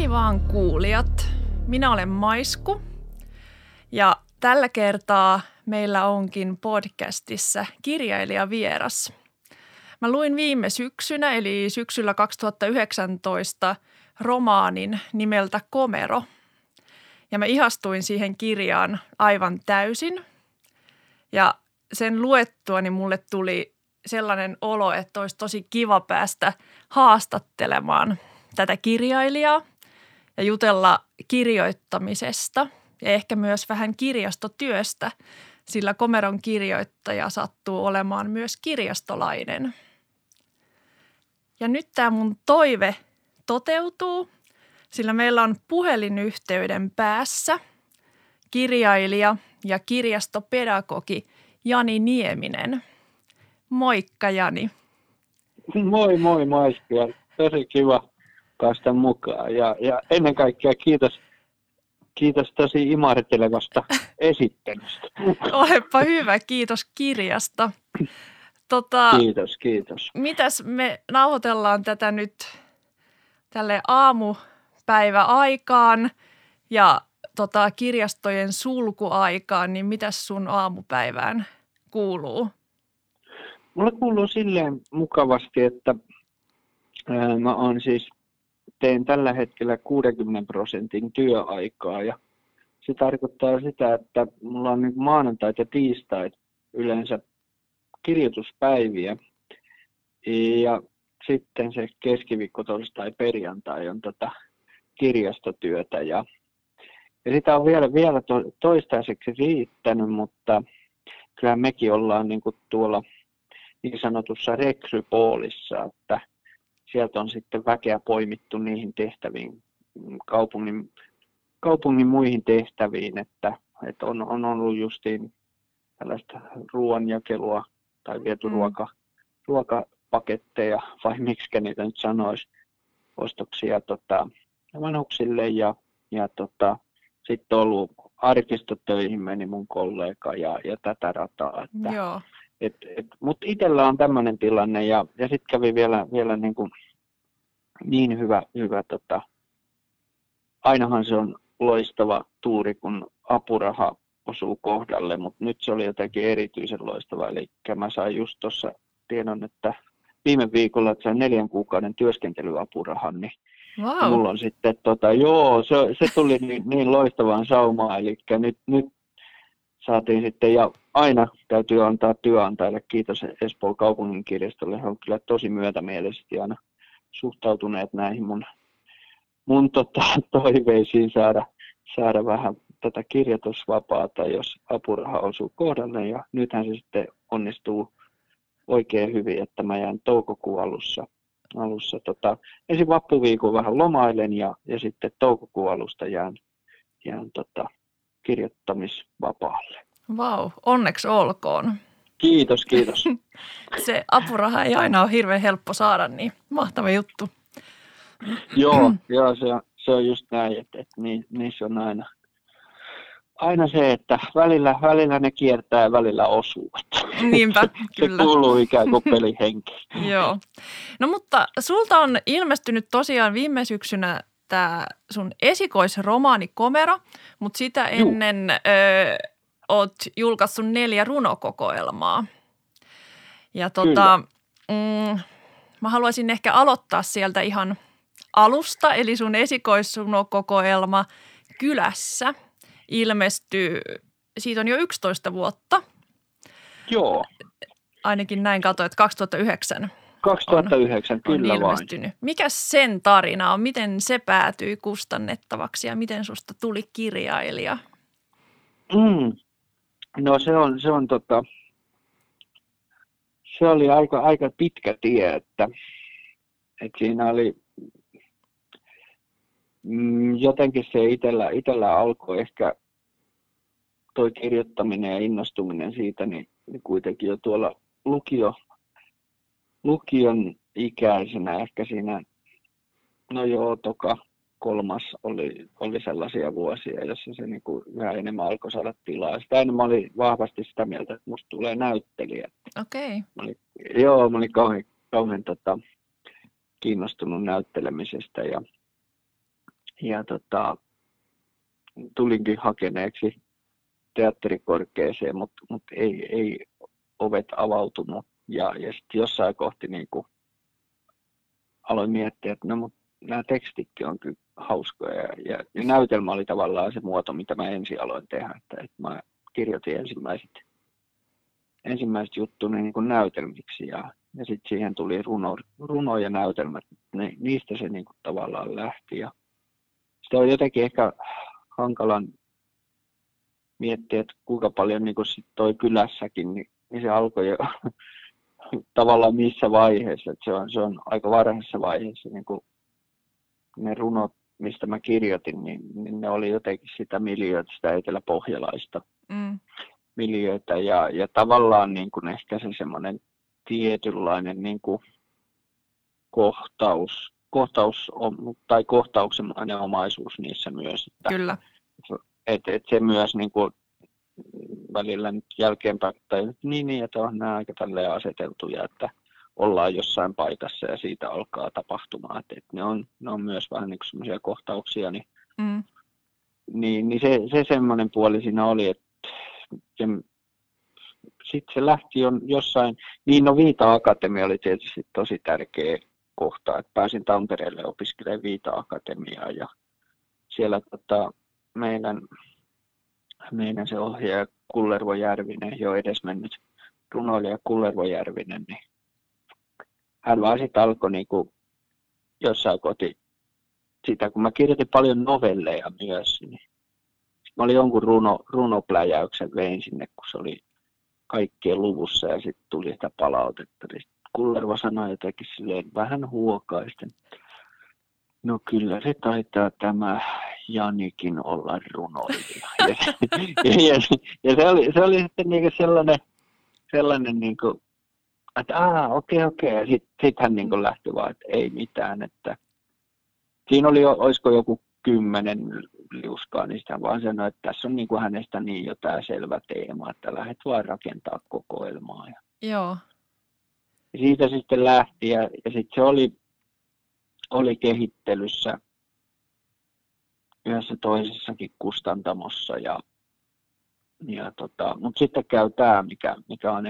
Hei vaan kuulijat, minä olen Maisku ja tällä kertaa meillä onkin podcastissa kirjailijavieras. Mä luin viime syksynä eli syksyllä 2019 romaanin nimeltä Komero ja mä ihastuin siihen kirjaan aivan täysin ja sen luettuani mulle tuli sellainen olo, että olisi tosi kiva päästä haastattelemaan tätä kirjailijaa ja jutella kirjoittamisesta ja ehkä myös vähän kirjastotyöstä, sillä Komeron kirjoittaja sattuu olemaan myös kirjastolainen. Ja nyt tämä mun toive toteutuu, sillä meillä on puhelinyhteyden päässä kirjailija ja kirjastopedagogi Jani Nieminen. Moikka Jani. Moi Maisku, tosi kiva päästä mukaan ja ennen kaikkea kiitos tosi imartelevasta esittelystä. Olepa hyvä, kiitos kirjasta. Kiitos. Mitäs me nauhoitellaan tätä nyt tälle aamupäiväaikaan ja kirjastojen sulkuaikaan, niin mitäs sun aamupäivään kuuluu? Mulle kuuluu silleen mukavasti, että mä teen tällä hetkellä 60% työaikaa ja se tarkoittaa sitä, että mulla on niin maanantait ja tiistait yleensä kirjoituspäiviä ja sitten se keskiviikko, torstai, perjantai on kirjastotyötä ja sitä on vielä toistaiseksi riittänyt, mutta kyllä mekin ollaan niin kuin tuolla niin sanotussa rekrypoolissa, että sieltä on sitten väkeä poimittu niihin tehtäviin, kaupungin muihin tehtäviin, että on ollut justiin tällaista ruoanjakelua tai viety ruokapaketteja, vai miksikä niitä nyt sanoisi, ostoksia vanhuksille ja sitten on ollut arkistotöihin meni mun kollega ja tätä rataa. Joo. Mutta itsellä on tämmöinen tilanne ja sitten kävi vielä niin hyvä ainahan se on loistava tuuri, kun apuraha osuu kohdalle, mutta nyt se oli jotenkin erityisen loistava. Eli mä sain just tuossa tiedon, että viime viikolla että sain 4 kuukauden työskentelyapurahan, niin wow. Mulla on sitten, se tuli niin loistavaan saumaan, eli nyt saatiin sitten, ja aina täytyy antaa työnantajalle kiitos Espoon kaupunginkirjastolle, he on kyllä tosi myötämielisesti aina suhtautuneet näihin mun toiveisiin saada vähän tätä kirjoitusvapaata, jos apuraha osuu kohdalle, ja nythän se sitten onnistuu oikein hyvin, että mä jään toukokuun alussa ensin vappuviikon vähän lomailen ja sitten toukokuun alusta jään kirjoittamisvapaalle. Vau, onneksi olkoon. Kiitos. Se apuraha ei aina ole hirveän helppo saada, niin mahtava juttu. Joo, se on just näin, että niissä on aina se, että välillä ne kiertää ja välillä osuu. Niinpä, kyllä. Se kuuluu ikään kuin pelihenki. Joo. No mutta sulta on ilmestynyt tosiaan viime syksynä tämä sun esikoisromaani Komero, mutta sitä ennen oot julkaissut 4 runokokoelmaa. Ja mä haluaisin ehkä aloittaa sieltä ihan alusta, eli sun esikoisrunokokoelma Kylässä ilmestyy, siitä on jo 11 vuotta. Joo. Ainakin näin katsoin, että 2009 kyllä on ilmestynyt. vain. Mikäs sen tarina on? Miten se päätyi kustannettavaksi ja miten susta tuli kirjailija? No se oli aika pitkä tie, että siinä oli jotenkin se itsellä alkoi ehkä toi kirjoittaminen ja innostuminen siitä, niin kuitenkin jo tuolla lukion ikäisenä ehkä siinä, kolmas oli sellaisia vuosia, jossa se niinku vähän enemmän alkoi saada tilaa. Sitä enemmän oli vahvasti sitä mieltä, että musta tulee näyttelijä. Okei. Mä olin kauhean kiinnostunut näyttelemisestä ja tulinkin hakeneeksi teatterikorkeeseen, mutta ei ovet avautunut. Ja sitten jossain kohti niin kuin aloin miettiä, että no, mutta nämä tekstitkin on kyllä hauskoja. Ja näytelmä oli tavallaan se muoto, mitä mä ensin aloin tehdä. Että mä kirjoitin ensimmäiset juttuni niin kuin näytelmiksi ja sitten siihen tuli runo ja näytelmät. Niistä se niin kuin tavallaan lähti. Ja sitä on jotenkin ehkä hankalan miettiä, että kuinka paljon niin kuin sit toi kylässäkin, niin se alkoi jo tavallaan missä vaiheessa. Että se on aika varhaisessa vaiheessa. Niin kuin ne runot, mistä mä kirjoitin, niin ne oli jotenkin sitä miljöötä, sitä eteläpohjalaista miljöötä. Ja tavallaan niin kuin ehkä se semmoinen tietynlainen niin kuin kohtauksenomainen omaisuus niissä myös. Että, Kyllä. Että se myös niin kuin välillä nyt jälkeenpäin, tai niin, että on nämä aika tälleen aseteltuja, että ollaan jossain paikassa ja siitä alkaa tapahtumaan. Että ne on myös vähän niin kuin semmoisia kohtauksia, niin se semmoinen puoli siinä oli, että sitten se lähti jossain, niin no Viita-akatemia oli tietysti tosi tärkeä kohta, että pääsin Tampereelle opiskelemaan Viita-akatemiaa ja siellä meidän se ohjaaja Kullervo Järvinen, jo edesmennyt runoilija Kullervo Järvinen, niin hän vaan sitten alkoi niinku jossain sitä, kun mä kirjoitin paljon novelleja myös, niin mä olin jonkun runopläjäyksen vein sinne, kun se oli kaikkien luvussa ja sitten tuli sitä palautetta. Kullervo sanoi jotenkin silleen vähän huokaisten. No kyllä se taitaa tämä Janikin olla runoilija. Ja se oli sitten niinku sellainen niinku, että okei. Ja sitten hän niinku lähti vaan, että ei mitään. Että siinä oli olisiko joku 10 liuskaa, niin sitä vaan sanoi, että tässä on niinku hänestä niin jo tämä selvä teema, että lähdet vaan rakentaa kokoelmaa. Joo. Ja siitä sitten lähti ja sitten se oli kehittelyssä yhdessä toisessakin kustantamossa mutta sitten käy tämä, mikä on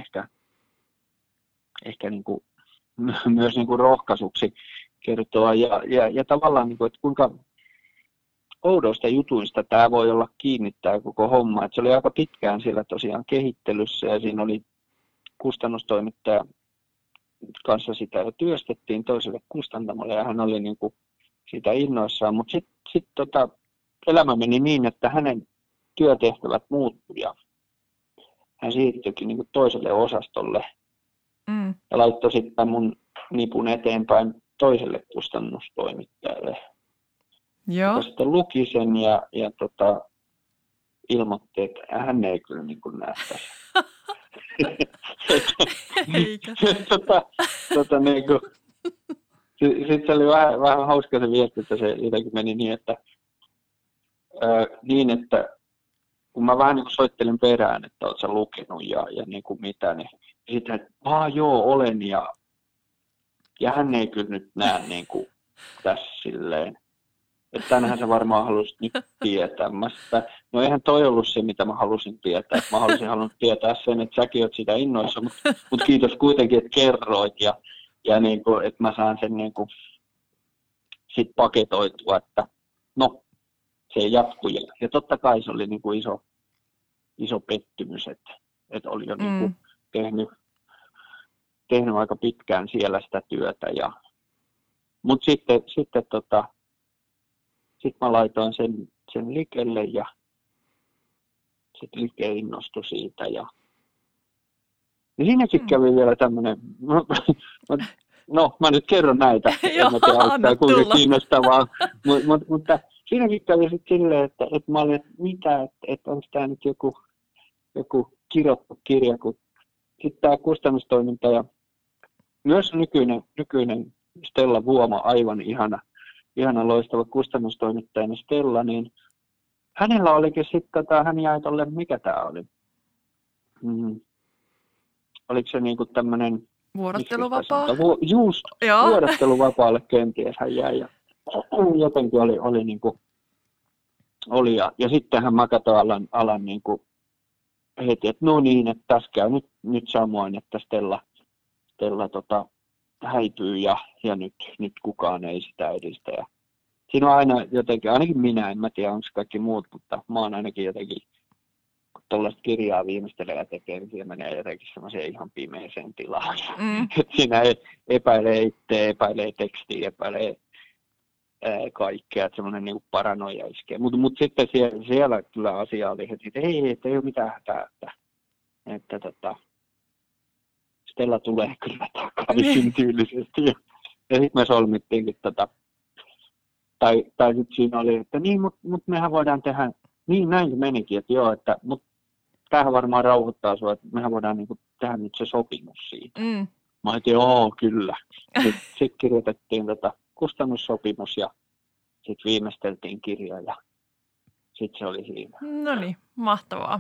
ehkä niinku, myös niinku rohkaisuksi kertoa ja tavallaan niinku, että kuinka oudoista jutuista tämä voi olla kiinni tämä koko homma. Et se oli aika pitkään siellä tosiaan kehittelyssä ja siinä oli kustannustoimittaja kanssa sitä jo työstettiin toiselle kustantamolle ja hän oli niinku siitä innoissaan, mutta sitten elämä meni niin, että hänen työtehtävät muuttui ja hän siirtyikin niinku toiselle osastolle ja laittoi sitten mun nipun eteenpäin toiselle kustannustoimittajalle. Joo. Joka sitten luki sen ja ilmoitti, että hän ei kyllä niin kuin näe tässä. Sitten se oli vähän hauska se viesti, että se jotenkin meni niin, että kun mä vähän niin kuin soittelin perään, että oot sä lukenut ja niin kuin mitä, niin sitten, joo, olen ja hän ei kyllä nyt näe niin kuin tässä silleen. Että tänähän sä varmaan halusit nyt tietää. No eihän toi ollut se, mitä mä halusin tietää. Mä halunnut tietää sen, että säkin oot sitä innoissa, mutta kiitos kuitenkin, että kerroit. Ja niin kuin, että mä saan sen niin kuin sit paketoitua, että no, se jatkuu. Ja totta kai se oli niin kuin iso pettymys, että oli jo niin kuin tehnyt aika pitkään siellä sitä työtä. Mutta sitten mä laitoin sen Likelle ja sitten Like innostui siitä. Ja siinäkin kävi vielä tämmöinen, mä nyt kerron näitä, en mä tiedä, onko kuinka kiinnostavaa, mutta siinäkin kävi sitten silleen, että mä olin, että mitä, että onko tämä nyt joku kirjoittu kirja, kun sitten tämä kustannustoiminta ja myös nykyinen Stella Vuoma, aivan ihana loistava kustannustoimittajana Stella, niin hänellä olikin sitten, hän jäi tolle, mikä tämä oli? Oliko se niinku tämmöinen vuorotteluvapaa? Vuorotteluvapaalle kenties hän jäi. jotenkin oli niin kuin, oli ja sittenhän mä katsoin alan niin kuin heti, että no niin, että tässä käy nyt samoin, että Stella häipyy ja nyt kukaan ei sitä edistä. Ja siinä on aina jotenkin, ainakin minä, en mä tiedä onko kaikki muut, mutta mä oon ainakin jotenkin, kun tuollaista kirjaa viimeistelee ja tekee, niin siinä menee jotenkin semmoiseen ihan pimeeseen tilaan. Siinä epäilee itse, epäilee tekstiä, epäilee kaikkea, että semmoinen niin paranoia iskee. Mutta sitten siellä kyllä asia oli heti, että ei ole mitään hätää, että Stella tulee kyllä takaisin tyylisesti. Ja sitten me solmittiinkin tai sitten siinä oli, että niin, mutta mehän voidaan tehdä, niin näin se menikin, että joo, että mutta tämähän varmaan rauhoittaa sinua, että mehän voidaan niin kuin tehdä nyt se sopimus siitä. Mä ajattelin, joo, kyllä. Sitten kirjoitettiin kustannussopimus ja sitten viimeisteltiin kirja ja sitten se oli siinä. No niin, mahtavaa.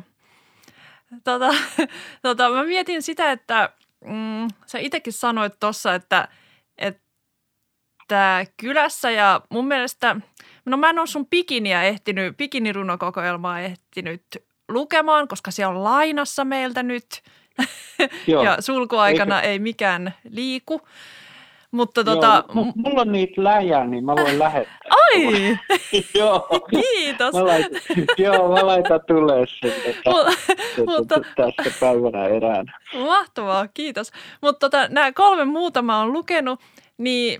Mä mietin sitä, että sä itsekin sanoit tuossa, että kylässä ja mun mielestä, no mä en ole sun bikinirunokokoelmaa ehtinyt lukemaan, koska se on lainassa meiltä nyt ja sulkuaikana ei mikään liiku. Mutta mulla on niitä läjää, niin mä voin lähettää. Ai! Joo. Kiitos. Mä laitan tulee sen tässä päivänä eräänä. Mahtavaa, kiitos. Mutta nämä 3 muuta mä oon lukenut, niin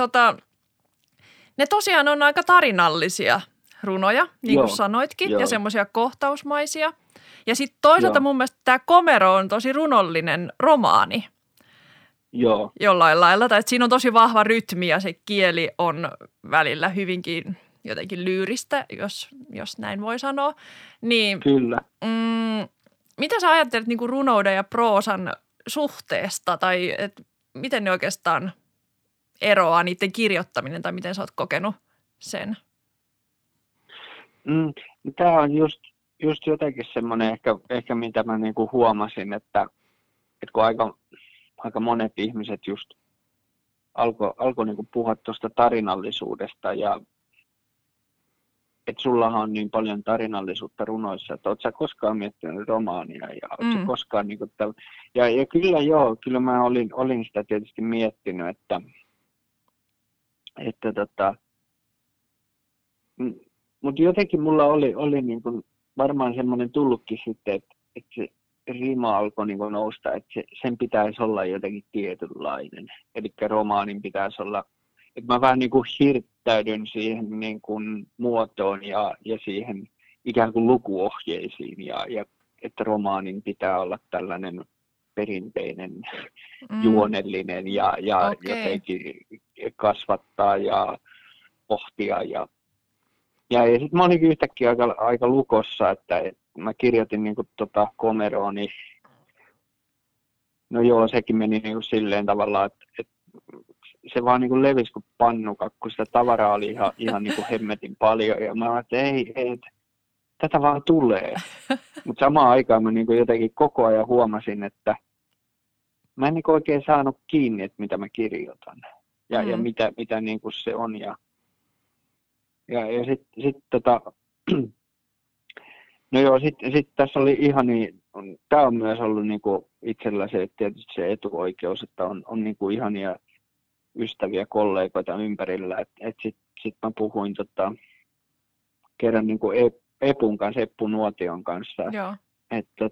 ne tosiaan on aika tarinallisia runoja, niin kuin sanoitkin, ja semmoisia kohtausmaisia. Ja sitten toisaalta mun mielestä tämä Komero on tosi runollinen romaani. Joo. Jollain lailla, tai että siinä on tosi vahva rytmi ja se kieli on välillä hyvinkin jotenkin lyyristä, jos näin voi sanoa. Niin, kyllä. Mitä sä ajattelet niin kuin runouden ja proosan suhteesta, tai miten ne oikeastaan eroaa niiden kirjoittaminen, tai miten sä oot kokenut sen? Tämä on just jotenkin semmoinen ehkä mitä mä niinku huomasin, että kun aika monet ihmiset just alkoi niinku puhua tuosta tarinallisuudesta ja että sullahan on niin paljon tarinallisuutta runoissa, että ootko sä koskaan miettinyt romaania ja ootko sä koskaan niinku ja kyllä mä olin sitä tietysti miettinyt, mutta jotenkin mulla oli niinku varmaan semmoinen tullutkin sitten, että se rima alkoi niinku nousta, että sen pitäisi olla jotenkin tietynlainen. Eli romaanin pitäisi olla, että mä vähän niinku hirttäydyn siihen niinku muotoon ja siihen ikään kuin lukuohjeisiin ja että romaanin pitää olla tällainen perinteinen, juonellinen ja jotenkin kasvattaa ja pohtia ja sitten mä olinkin yhtäkkiä aika lukossa, että mä kirjoitin niinku Komeroa, niin no joo, sekin meni niinku silleen tavallaan, että se vaan niinku levisi kuin pannukakku, sitä tavaraa oli ihan niinku hemmetin paljon ja mä ajattelin, että ei, tätä vaan tulee. Mutta samaan aikaan mä niinku jotenkin koko ajan huomasin, että mä en niinku oikein saanut kiinni, että mitä mä kirjoitan ja mitä niinku se on ja sitten no joo, sit tässä oli ihan niin, tää on myös ollut niinku itsellä se tietysti se etuoikeus, että on niinku ihania ystäviä, kollegoita ympärillä, että sit mä puhuin kerran niinku Epun kanssa, Eppu Nuotion kanssa, että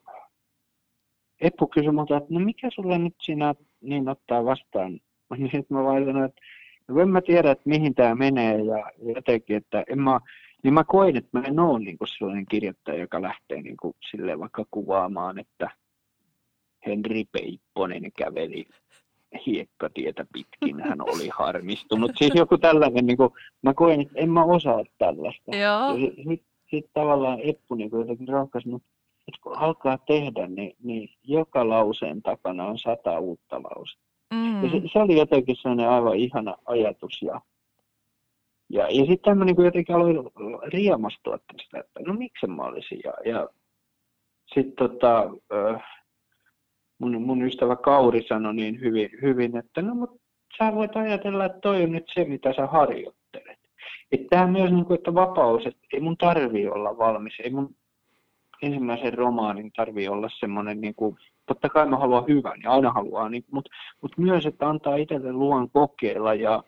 Eppu kysyi multa, että no mikä sulla nyt siinä niin ottaa vastaan, niin sit mä vaan sanoin, että no en mä tiedä, että mihin tää menee ja jotenkin, että niin mä koin, että mä en ole niin kuin sellainen kirjoittaja, joka lähtee niin kuin silleen vaikka kuvaamaan, että Henri Peipponen käveli hiekkatietä pitkin, hän oli harmistunut. Siis joku tällainen, niin kuin, mä koin, että en mä osaa tällaista. Joo. Ja sitten tavallaan Eppu niin jotenkin rohkaisi, että kun alkaa tehdä, niin joka lauseen takana on 100 uutta lausetta. Ja se oli jotenkin sellainen aivan ihana ajatus. Ja sitten mä niin jotenkin aloin riemastua tästä, että no miksi mä olisin. Ja sitten mun ystävä Kauri sanoi niin hyvin, että no mutta sä voit ajatella, että toi on nyt se, mitä sä harjoittelet. Että tämä myös, niin kuin, että vapaus, että ei mun tarvii olla valmis, ei mun ensimmäisen romaanin tarvii olla semmoinen, niin kuin, totta kai mä haluan hyvän ja aina haluaa, niin, mutta myös, että antaa itselle luvan kokeilla ja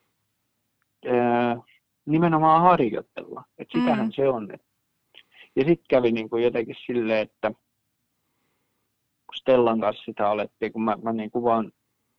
nimenomaan harjoitella. Että sitähän se on. Ja sitten kävi niin kuin jotenkin silleen, että kun Stellan kanssa sitä alettiin, kun mä niin kuin vaan,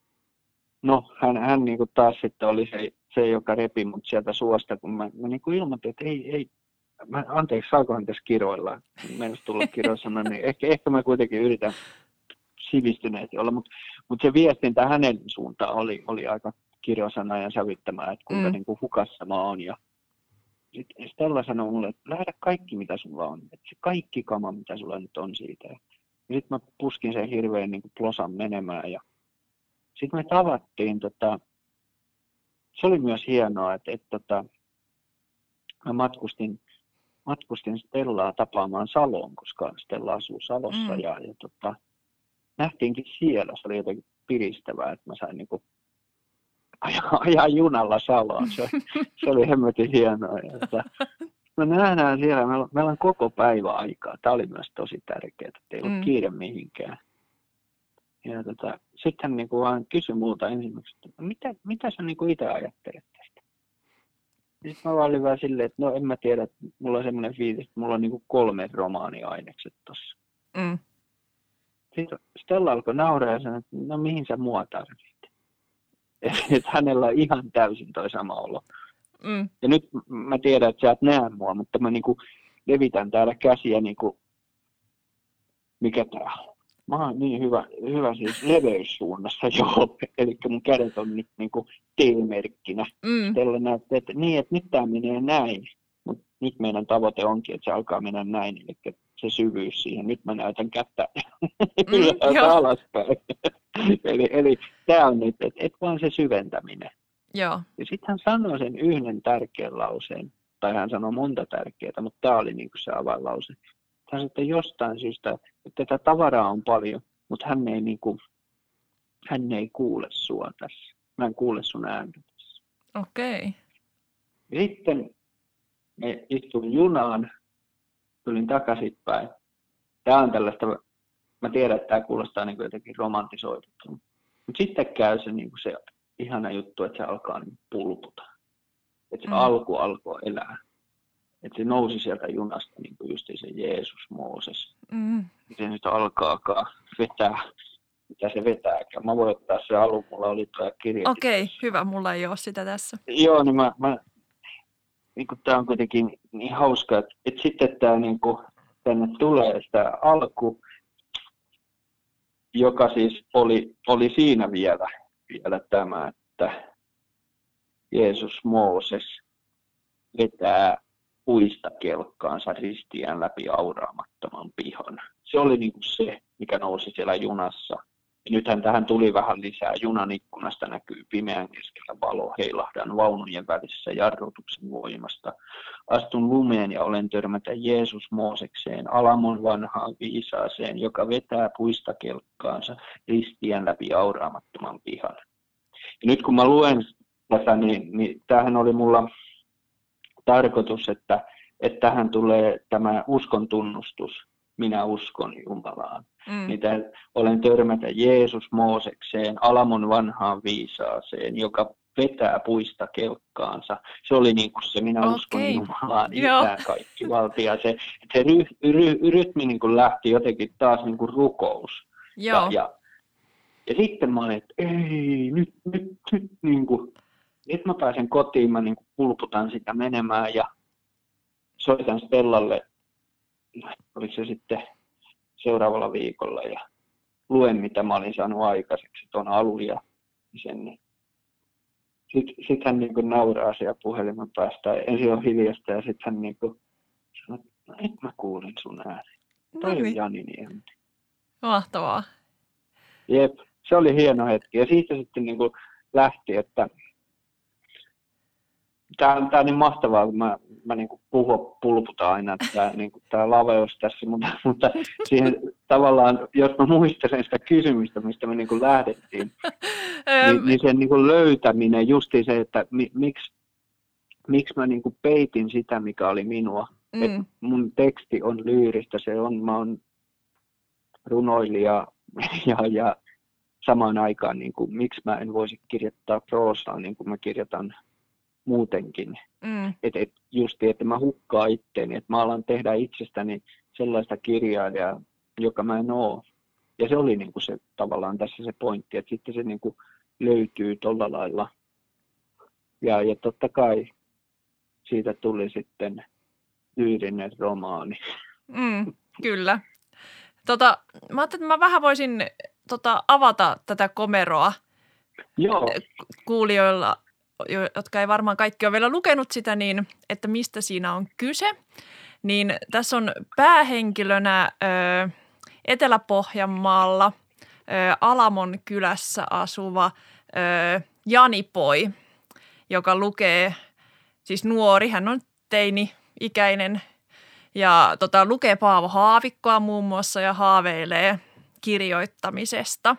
no hän niin kuin taas sitten oli se joka repi mut sieltä suosta, kun mä niin kuin ilmoitin, että ei, anteeksi, saakohan tässä kiroilla, mennessä tulla kirosana, niin ehkä mä kuitenkin yritän sivistyneesti olla, mutta se viestintä hänen suuntaan oli aika kirosana ja sävyttämää, että kuinka niin kuin hukassa mä oon. Ja sitten Stella sanoi mulle, että lähde kaikki mitä sulla on, että se kaikki kama mitä sulla nyt on siitä. Ja sitten mä puskin sen hirveän niin kuin plosan menemään ja sitten me tavattiin, se oli myös hienoa, että mä matkustin Stellaa tapaamaan Saloon, koska Stella asuu Salossa ja nähtiinkin siellä. Se oli jotenkin piristävää, että mä sain niinku ajaa junalla Saloon. Se oli hemmetin hienoa. Me nähdään siellä, meillä on koko päivä aikaa. Tämä oli myös tosi tärkeää, että ei ollut kiire mihinkään. Ja sitten hän niinku vaan kysyi multa ensimmäiseksi, että mitä sä niinku itse ajattelet tästä? Sitten mä vaan olin vähän silleen, että no en mä tiedä, että mulla on semmoinen fiilis, että mulla on niinku 3 romaaniainekset tossa. Sitten Stella alkoi nauraa ja sanoi, että no mihin sä mua tarvit? Että hänellä on ihan täysin toi sama olo. Ja nyt mä tiedän, että sä et näe mua, mutta mä niinku levitän täällä käsiä niinku, mikä tää on? Mä oon niin hyvä siis leveyssuunnassa, joo. Eli mun kädet on nyt niinku T-merkkinä. Stella näyttää, että niin, että nyt tää menee näin. Mutta nyt meidän tavoite onkin, että se alkaa mennä näin. Eli se syvyys siihen. Nyt mä näytän kättä ylhäältä alaspäin. eli tää on nyt, että vaan se syventäminen. Joo. Ja sitten hän sanoi sen yhden tärkeän lauseen. Tai hän sanoi monta tärkeää, mutta tää oli niinku se avainlause. Hän sitten jostain syystä, että tätä tavaraa on paljon, mutta hän ei kuule sua tässä. Mä en kuule sun ääntä tässä. Okei. Sitten me istuin junaan, tulin takaisinpäin. Tämä on tällaista, mä tiedän, että tämä kuulostaa niin kuin jotenkin romantisoitulta. Mutta sitten käy se, niin kuin se ihana juttu, että se alkaa niin pulputa. Että se alku alkoi elää. Että se nousi sieltä junasta, niin kuin just se Jeesus, Mooses. Se nyt alkaakaan vetää, mitä se vetääkään. Mä voin ottaa se alun, mulla oli tuo kirja. Okei, hyvä, mulla ei ole sitä tässä. Joo, niin niin tää on kuitenkin niin hauska, että sitten tää niin tänne tulee sitä alku, joka siis oli siinä vielä tämä, että Jeesus, Mooses vetää puista kelkkaansa ristiään läpi auraamattoman pihon. Se oli niin kuin se, mikä nousi siellä junassa. Ja nythän tähän tuli vähän lisää. Junan ikkunasta näkyy pimeän keskellä valo. Heilahdan vaunujen välissä jarrutuksen voimasta. Astun lumeen ja olen törmätä Jeesus Moosekseen, Alamon vanhaan viisaaseen, joka vetää puista kelkkaansa ristiään läpi auraamattoman pihan. Ja nyt kun mä luen tätä, niin tämähän oli mulla tarkoitus, että tähän tulee tämä uskon tunnustus, minä uskon Jumalaan. Mitä olen törmätä Jeesus Moosekseen, Alamon vanhaan viisaaseen, joka vetää puista kelkkaansa. Se oli niin kuin se minä uskon Jumalaan, isää kaikki valtia. Se rytmi niin kuin lähti jotenkin taas niin kuin rukous. Ja sitten mä olin, että ei, nyt niin kuin, nyt mä pääsen kotiin, mä niin kuin pulputan sitä menemään ja soitan Stellalle, oliko se sitten seuraavalla viikolla ja luen mitä mä olin saanut aikaiseksi tuon alun ja sen. Sitten hän niin kuin nauraa siellä puhelimen päästä. Ensin on hiljasta ja sitten hän niin kuin sanoo, no nyt mä kuulin sun äänen. Toi on Jani Niemi. Mahtavaa. Jep, se oli hieno hetki. Ja siitä sitten niin kuin lähti, että Tää on niin mahtavaa, kun mä niin kuin pulputan aina, että niin kuin tää laveus tässä, mutta siihen tavallaan, jos mä muistelen sitä kysymystä, mistä me niin kuin lähdettiin, niin sen niin kuin löytäminen, justiin se, että miksi mä niin kuin peitin sitä, mikä oli minua. Et mun teksti on lyyristä, mä oon runoilija ja samaan aikaan, niin kuin, miksi mä en voisi kirjoittaa proosaa niin kuin mä kirjoitan muutenkin. Justi, että mä hukkaan itteeni, että mä alan tehdä itsestäni sellaista kirjailijaa, joka mä en oo. Ja se oli niin kuin se, tavallaan tässä se pointti, että sitten se niin kuin löytyy tolla lailla. Ja totta kai siitä tuli sitten lyyrinen romaani. Kyllä. Mä ajattelin, että mä vähän voisin avata tätä komeroa. Joo. Kuulijoilla, jotka ei varmaan kaikki ole vielä lukenut sitä, niin että mistä siinä on kyse. Niin tässä on päähenkilönä Etelä-Pohjanmaalla Alamon kylässä asuva Janipoi, joka lukee, siis nuori, hän on teini-ikäinen ja lukee Paavo Haavikkoa muun muassa ja haaveilee kirjoittamisesta.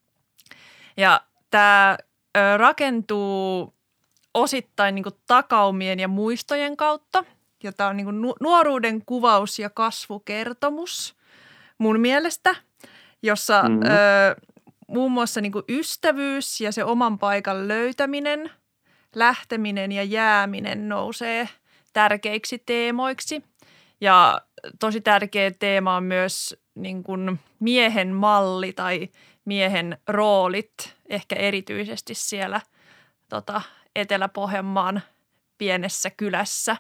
Ja tämä rakentuu osittain niin kuin takaumien ja muistojen kautta. Ja tämä on niin kuin nuoruuden kuvaus ja kasvukertomus mun mielestä, jossa muun muassa niin kuin ystävyys ja se oman paikan löytäminen, lähteminen ja jääminen nousee tärkeiksi teemoiksi. Ja tosi tärkeä teema on myös niin kuin miehen malli tai miehen roolit, ehkä erityisesti siellä Etelä-Pohjanmaan pienessä kylässä.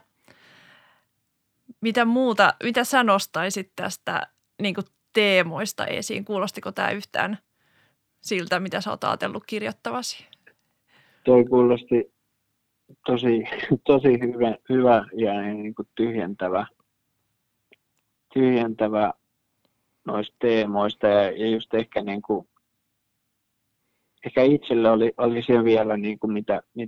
Mitä sä nostaisit tästä niin kuin teemoista esiin? Kuulostiko tämä yhtään siltä, mitä sä oot ajatellut kirjoittavasi? Toi kuulosti tosi hyvä ja niin kuin tyhjentävä noista teemoista ja just ehkä niin kuin ehkä itsellä oli siellä vielä niin kuin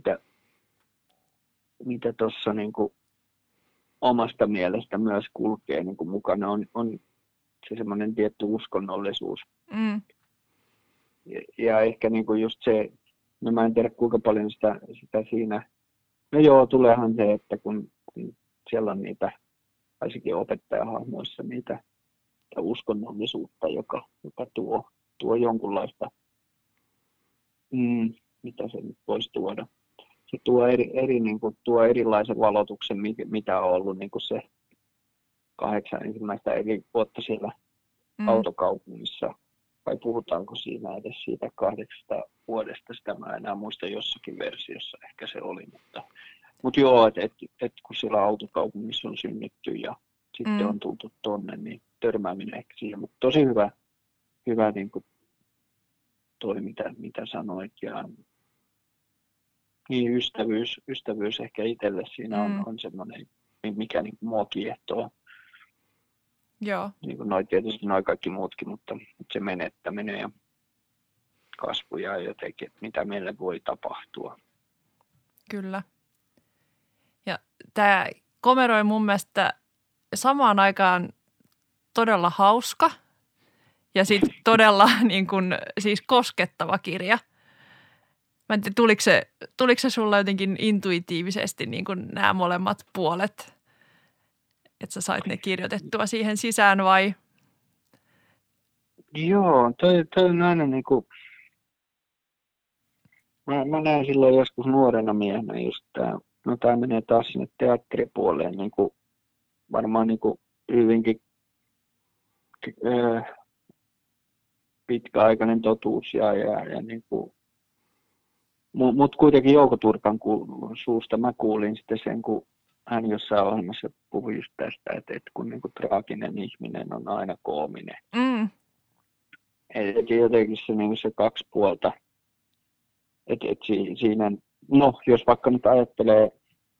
mitä tuossa niin kuin omasta mielestä myös kulkee niin kuin mukana on se semmoinen tietty uskonnollisuus. Ja ehkä niin kuin just se, no mä en tiedä kuinka paljon sitä siinä, no joo, tuleehan se, että kun siellä on niitä, varsinkin opettajahahmoissa niitä uskonnollisuutta, joka tuo jonkunlaista, mitä se nyt voisi tuoda. Se tuo niin kuin, tuo erilaisen valotuksen, mitä on ollut niin kuin se 8 ensimmäistä eri vuotta siellä autokaupungissa. Vai puhutaanko siinä edes siitä 8 vuodesta, sitä mä enää muista, jossakin versiossa ehkä se oli. Mutta joo, että kun siellä autokaupungissa on synnytty ja sitten on tultu tonne, niin törmääminen ehkä siihen. Mutta tosi hyvä niin kuin toi, mitä sanoit. Ja niin ystävyys ehkä itselle siinä on semmoinen, mikä niin kuin mua kiehtoo. Joo. Niin kuin tietysti noi kaikki muutkin, mutta se menettäminen ja kasvu ja jotenkin, että mitä meille voi tapahtua. Kyllä. Ja tämä komeroi mun mielestä samaan aikaan todella hauska ja sitten todella niin kun, siis koskettava kirja. Mä en tiedä, tuliko se sulla jotenkin intuitiivisesti niin kun nämä molemmat puolet, että sä sait ne kirjoitettua siihen sisään vai? Joo, toi on aina niin kuin, mä näin silloin joskus nuorena miehenä just tää menee taas sinne teatteripuoleen niin kuin, varmaan niin kuin hyvinkin pitkäaikainen totuus ja niin kuin, mutta kuitenkin Jouko Turkan suusta mä kuulin sitten sen, kun hän jossain ohjelmassa puhui just tästä, että kun niin kuin traaginen ihminen on aina koominen. Eli jotenkin se, niin kuin se 2 puolta, että siinä, no jos vaikka nyt ajattelee,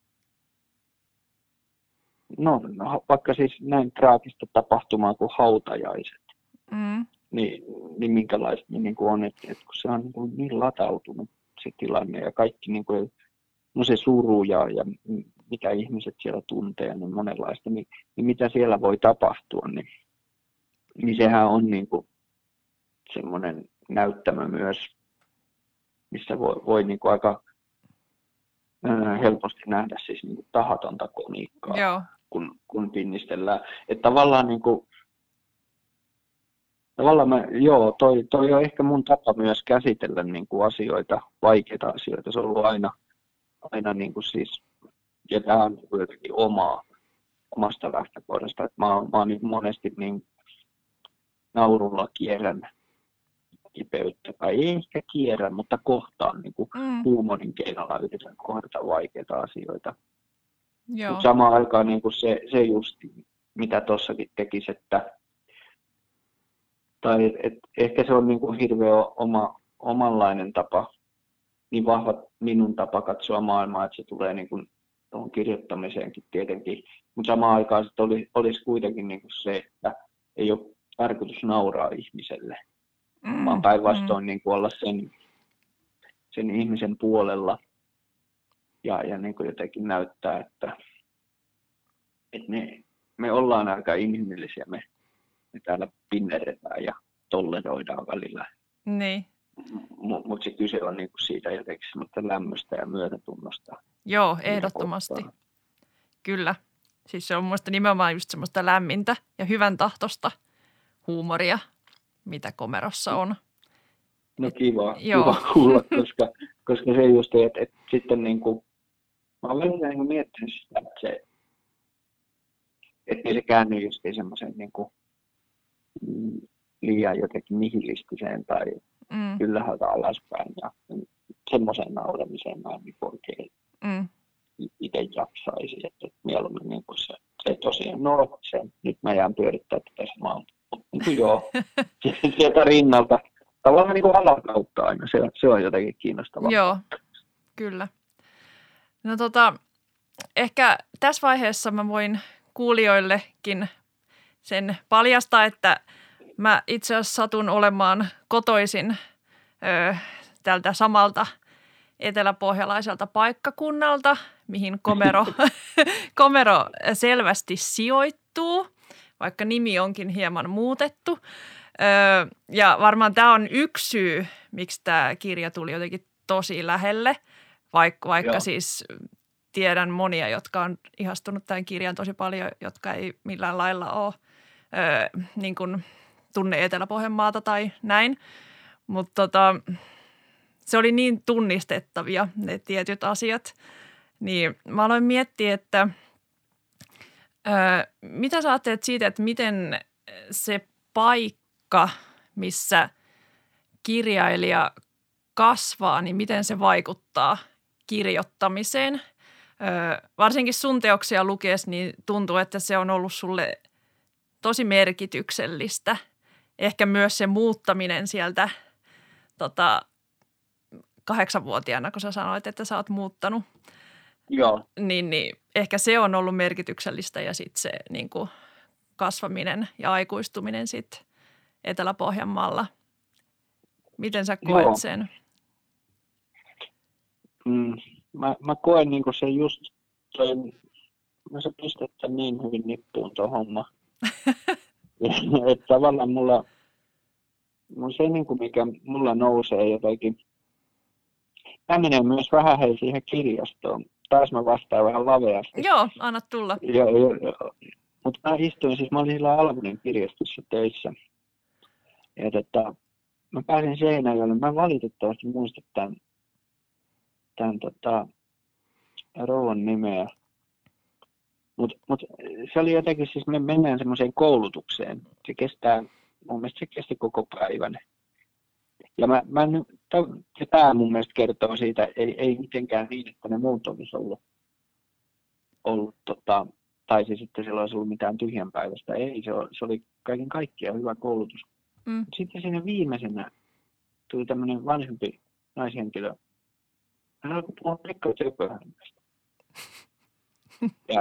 no vaikka siis näin traagista tapahtumaa kuin hautajaiset, niin minkälaista niin kuin on, että kun se on niin latautunut se tilanne ja kaikki niin kuin no se suru ja mitä ihmiset siellä tuntee, niin monenlaista, niin mitä siellä voi tapahtua, niin sehän on niin kuin semmoinen näyttämö myös, missä voi niin kuin aika helposti nähdä siis niin kuin tahatonta komiikkaa, Joo. kun pinnistellään. Että tavallaan toi on ehkä mun tapa myös käsitellä niin kuin asioita, vaikeita asioita. Se on ollut aina niin kuin siis, ja tämä on jotenkin omasta lähtökohdasta, että mä oon niin monesti niin naurulla kierrän kipeyttä, tai ei ehkä kierrän, mutta kohtaan niin kuin huumorin keinolla yritän kohdata vaikeita asioita. Mutta samaan aikaan niin kuin se just, mitä tuossakin tekisi, ehkä se on niin kuin hirveän omanlainen tapa, niin vahva minun tapa katsoa maailmaa, että se tulee niin kuin tuohon kirjoittamiseenkin tietenkin. Mutta samaan aikaan se olisi kuitenkin niin kuin se, että ei ole tarkoitus nauraa ihmiselle, vaan päinvastoin niin kuin olla sen ihmisen puolella ja niin kuin jotenkin näyttää, että me ollaan aika inhimillisiä, me täällä pinnerretään ja tolleroidaan välillä. Niin. Mutta se kyse on niinku siitä jotenkin semmoista lämmöstä ja myötätunnosta. Joo, ehdottomasti. Kyllä. Siis se on mielestäni nimenomaan just semmoista lämmintä ja hyvän tahtosta huumoria, mitä Komerossa on. No kiva kuulla, koska se just, että sitten niinku, mä oon välillä niinku miettinyt sitä, että se käänny just semmoisen niinku liian jotenkin nihilistiseen tai ylhäältä alaspäin ja semmoisen nauramiseen mä en niin oikein itse jaksaisi, että mieluummin niin kuin se tosiaan, nyt mä jään pyörittää tätä samaa, mutta niin joo, sieltä rinnalta, tavallaan niin kuin alakautta aina, se on jotenkin kiinnostavaa. Joo, kyllä. No ehkä tässä vaiheessa mä voin kuulijoillekin sen paljastaa, että mä itse asiassa satun olemaan kotoisin tältä samalta eteläpohjalaiselta paikkakunnalta, mihin Komero selvästi sijoittuu, vaikka nimi onkin hieman muutettu. Ja varmaan tämä on yksi syy, miksi tämä kirja tuli jotenkin tosi lähelle, vaikka siis tiedän monia, jotka on ihastunut tämän kirjan tosi paljon, jotka ei millään lailla ole niin kuin tunne Etelä-Pohjanmaata tai näin, mutta se oli niin tunnistettavia ne tietyt asiat, niin mä aloin miettiä, että mitä sä ajattelet siitä, että miten se paikka, missä kirjailija kasvaa, niin miten se vaikuttaa kirjoittamiseen. Varsinkin sun teoksia lukiessa, niin tuntuu, että se on ollut sulle tosi merkityksellistä. Ehkä myös se muuttaminen sieltä 8-vuotiaana, kun sä sanoit, että sä oot muuttanut. Joo. Niin ehkä se on ollut merkityksellistä ja sitten se niin kuin kasvaminen ja aikuistuminen sitten Etelä-Pohjanmaalla. Miten sä koet sen? Mä koen niin kuin se just, sä pistät tämän niin hyvin nippuun tuo homma. Että tavallaan mulla se, niin kuin mikä mulla nousee jotenkin, tämä menee myös vähän siihen kirjastoon. Taas mä vastaan vähän laveasti. Joo, anna tulla. Mutta mä olin sillä Almunin kirjastossa töissä. Ja mä pääsin Seinäjoelle. Mä valitettavasti muistan tämän rouvan nimeä. Mut se oli jotenkin, siis me mennään semmoiseen koulutukseen. Se kestää, mun mielestä se kesti koko päivän. Ja tämä mun mielestä kertoo siitä, ei mitenkään niin, että ne muut olisi ollut tai se sitten sillä olisi ollut mitään tyhjänpäiväistä. Ei, se oli kaiken kaikkiaan hyvä koulutus. Sitten siinä viimeisenä tuli tämmöinen vanhempi naishenkilö. Hän alkoi puhua Pekka Töpöhänmästä. Ja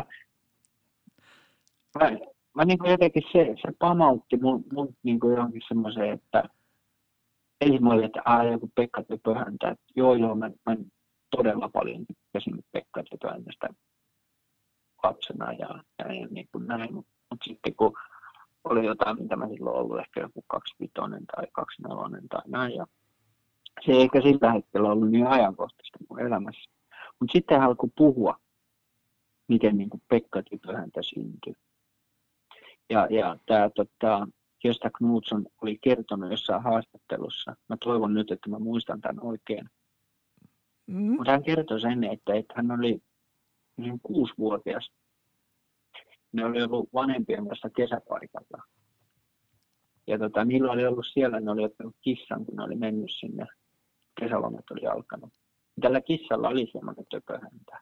mä niin kuin jotenkin se pamautti mun niin kuin johonkin semmoiseen, että ei mä olin, että joku Pekka Töpöhäntä, että joo, mä todella paljon tykkäsin Pekka Töpöntästä lapsena ja niin kuin näin. Mutta sitten kun oli jotain, mitä mä silloin ollut, ehkä joku 25 tai 24 tai näin. Ja se ei ehkä sillä hetkellä ollut niin ajankohtaista mun elämässä. Mutta sitten hän alkoi puhua, miten niin kuin Pekka Töpöntä syntyi. Ja tämä Gösta Knutsson oli kertonut jossain haastattelussa. Mä toivon nyt, että mä muistan tämän oikein. Mutta hän kertoi sen, että hän oli 6-vuotias. Ne oli ollut vanhempien kanssa kesäpaikalla. Ja niillä oli ollut siellä, ne oli ottanut kissan, kun ne oli mennyt sinne. Kesälomat oli alkanut. Tällä kissalla oli semmoinen töpöhäntä.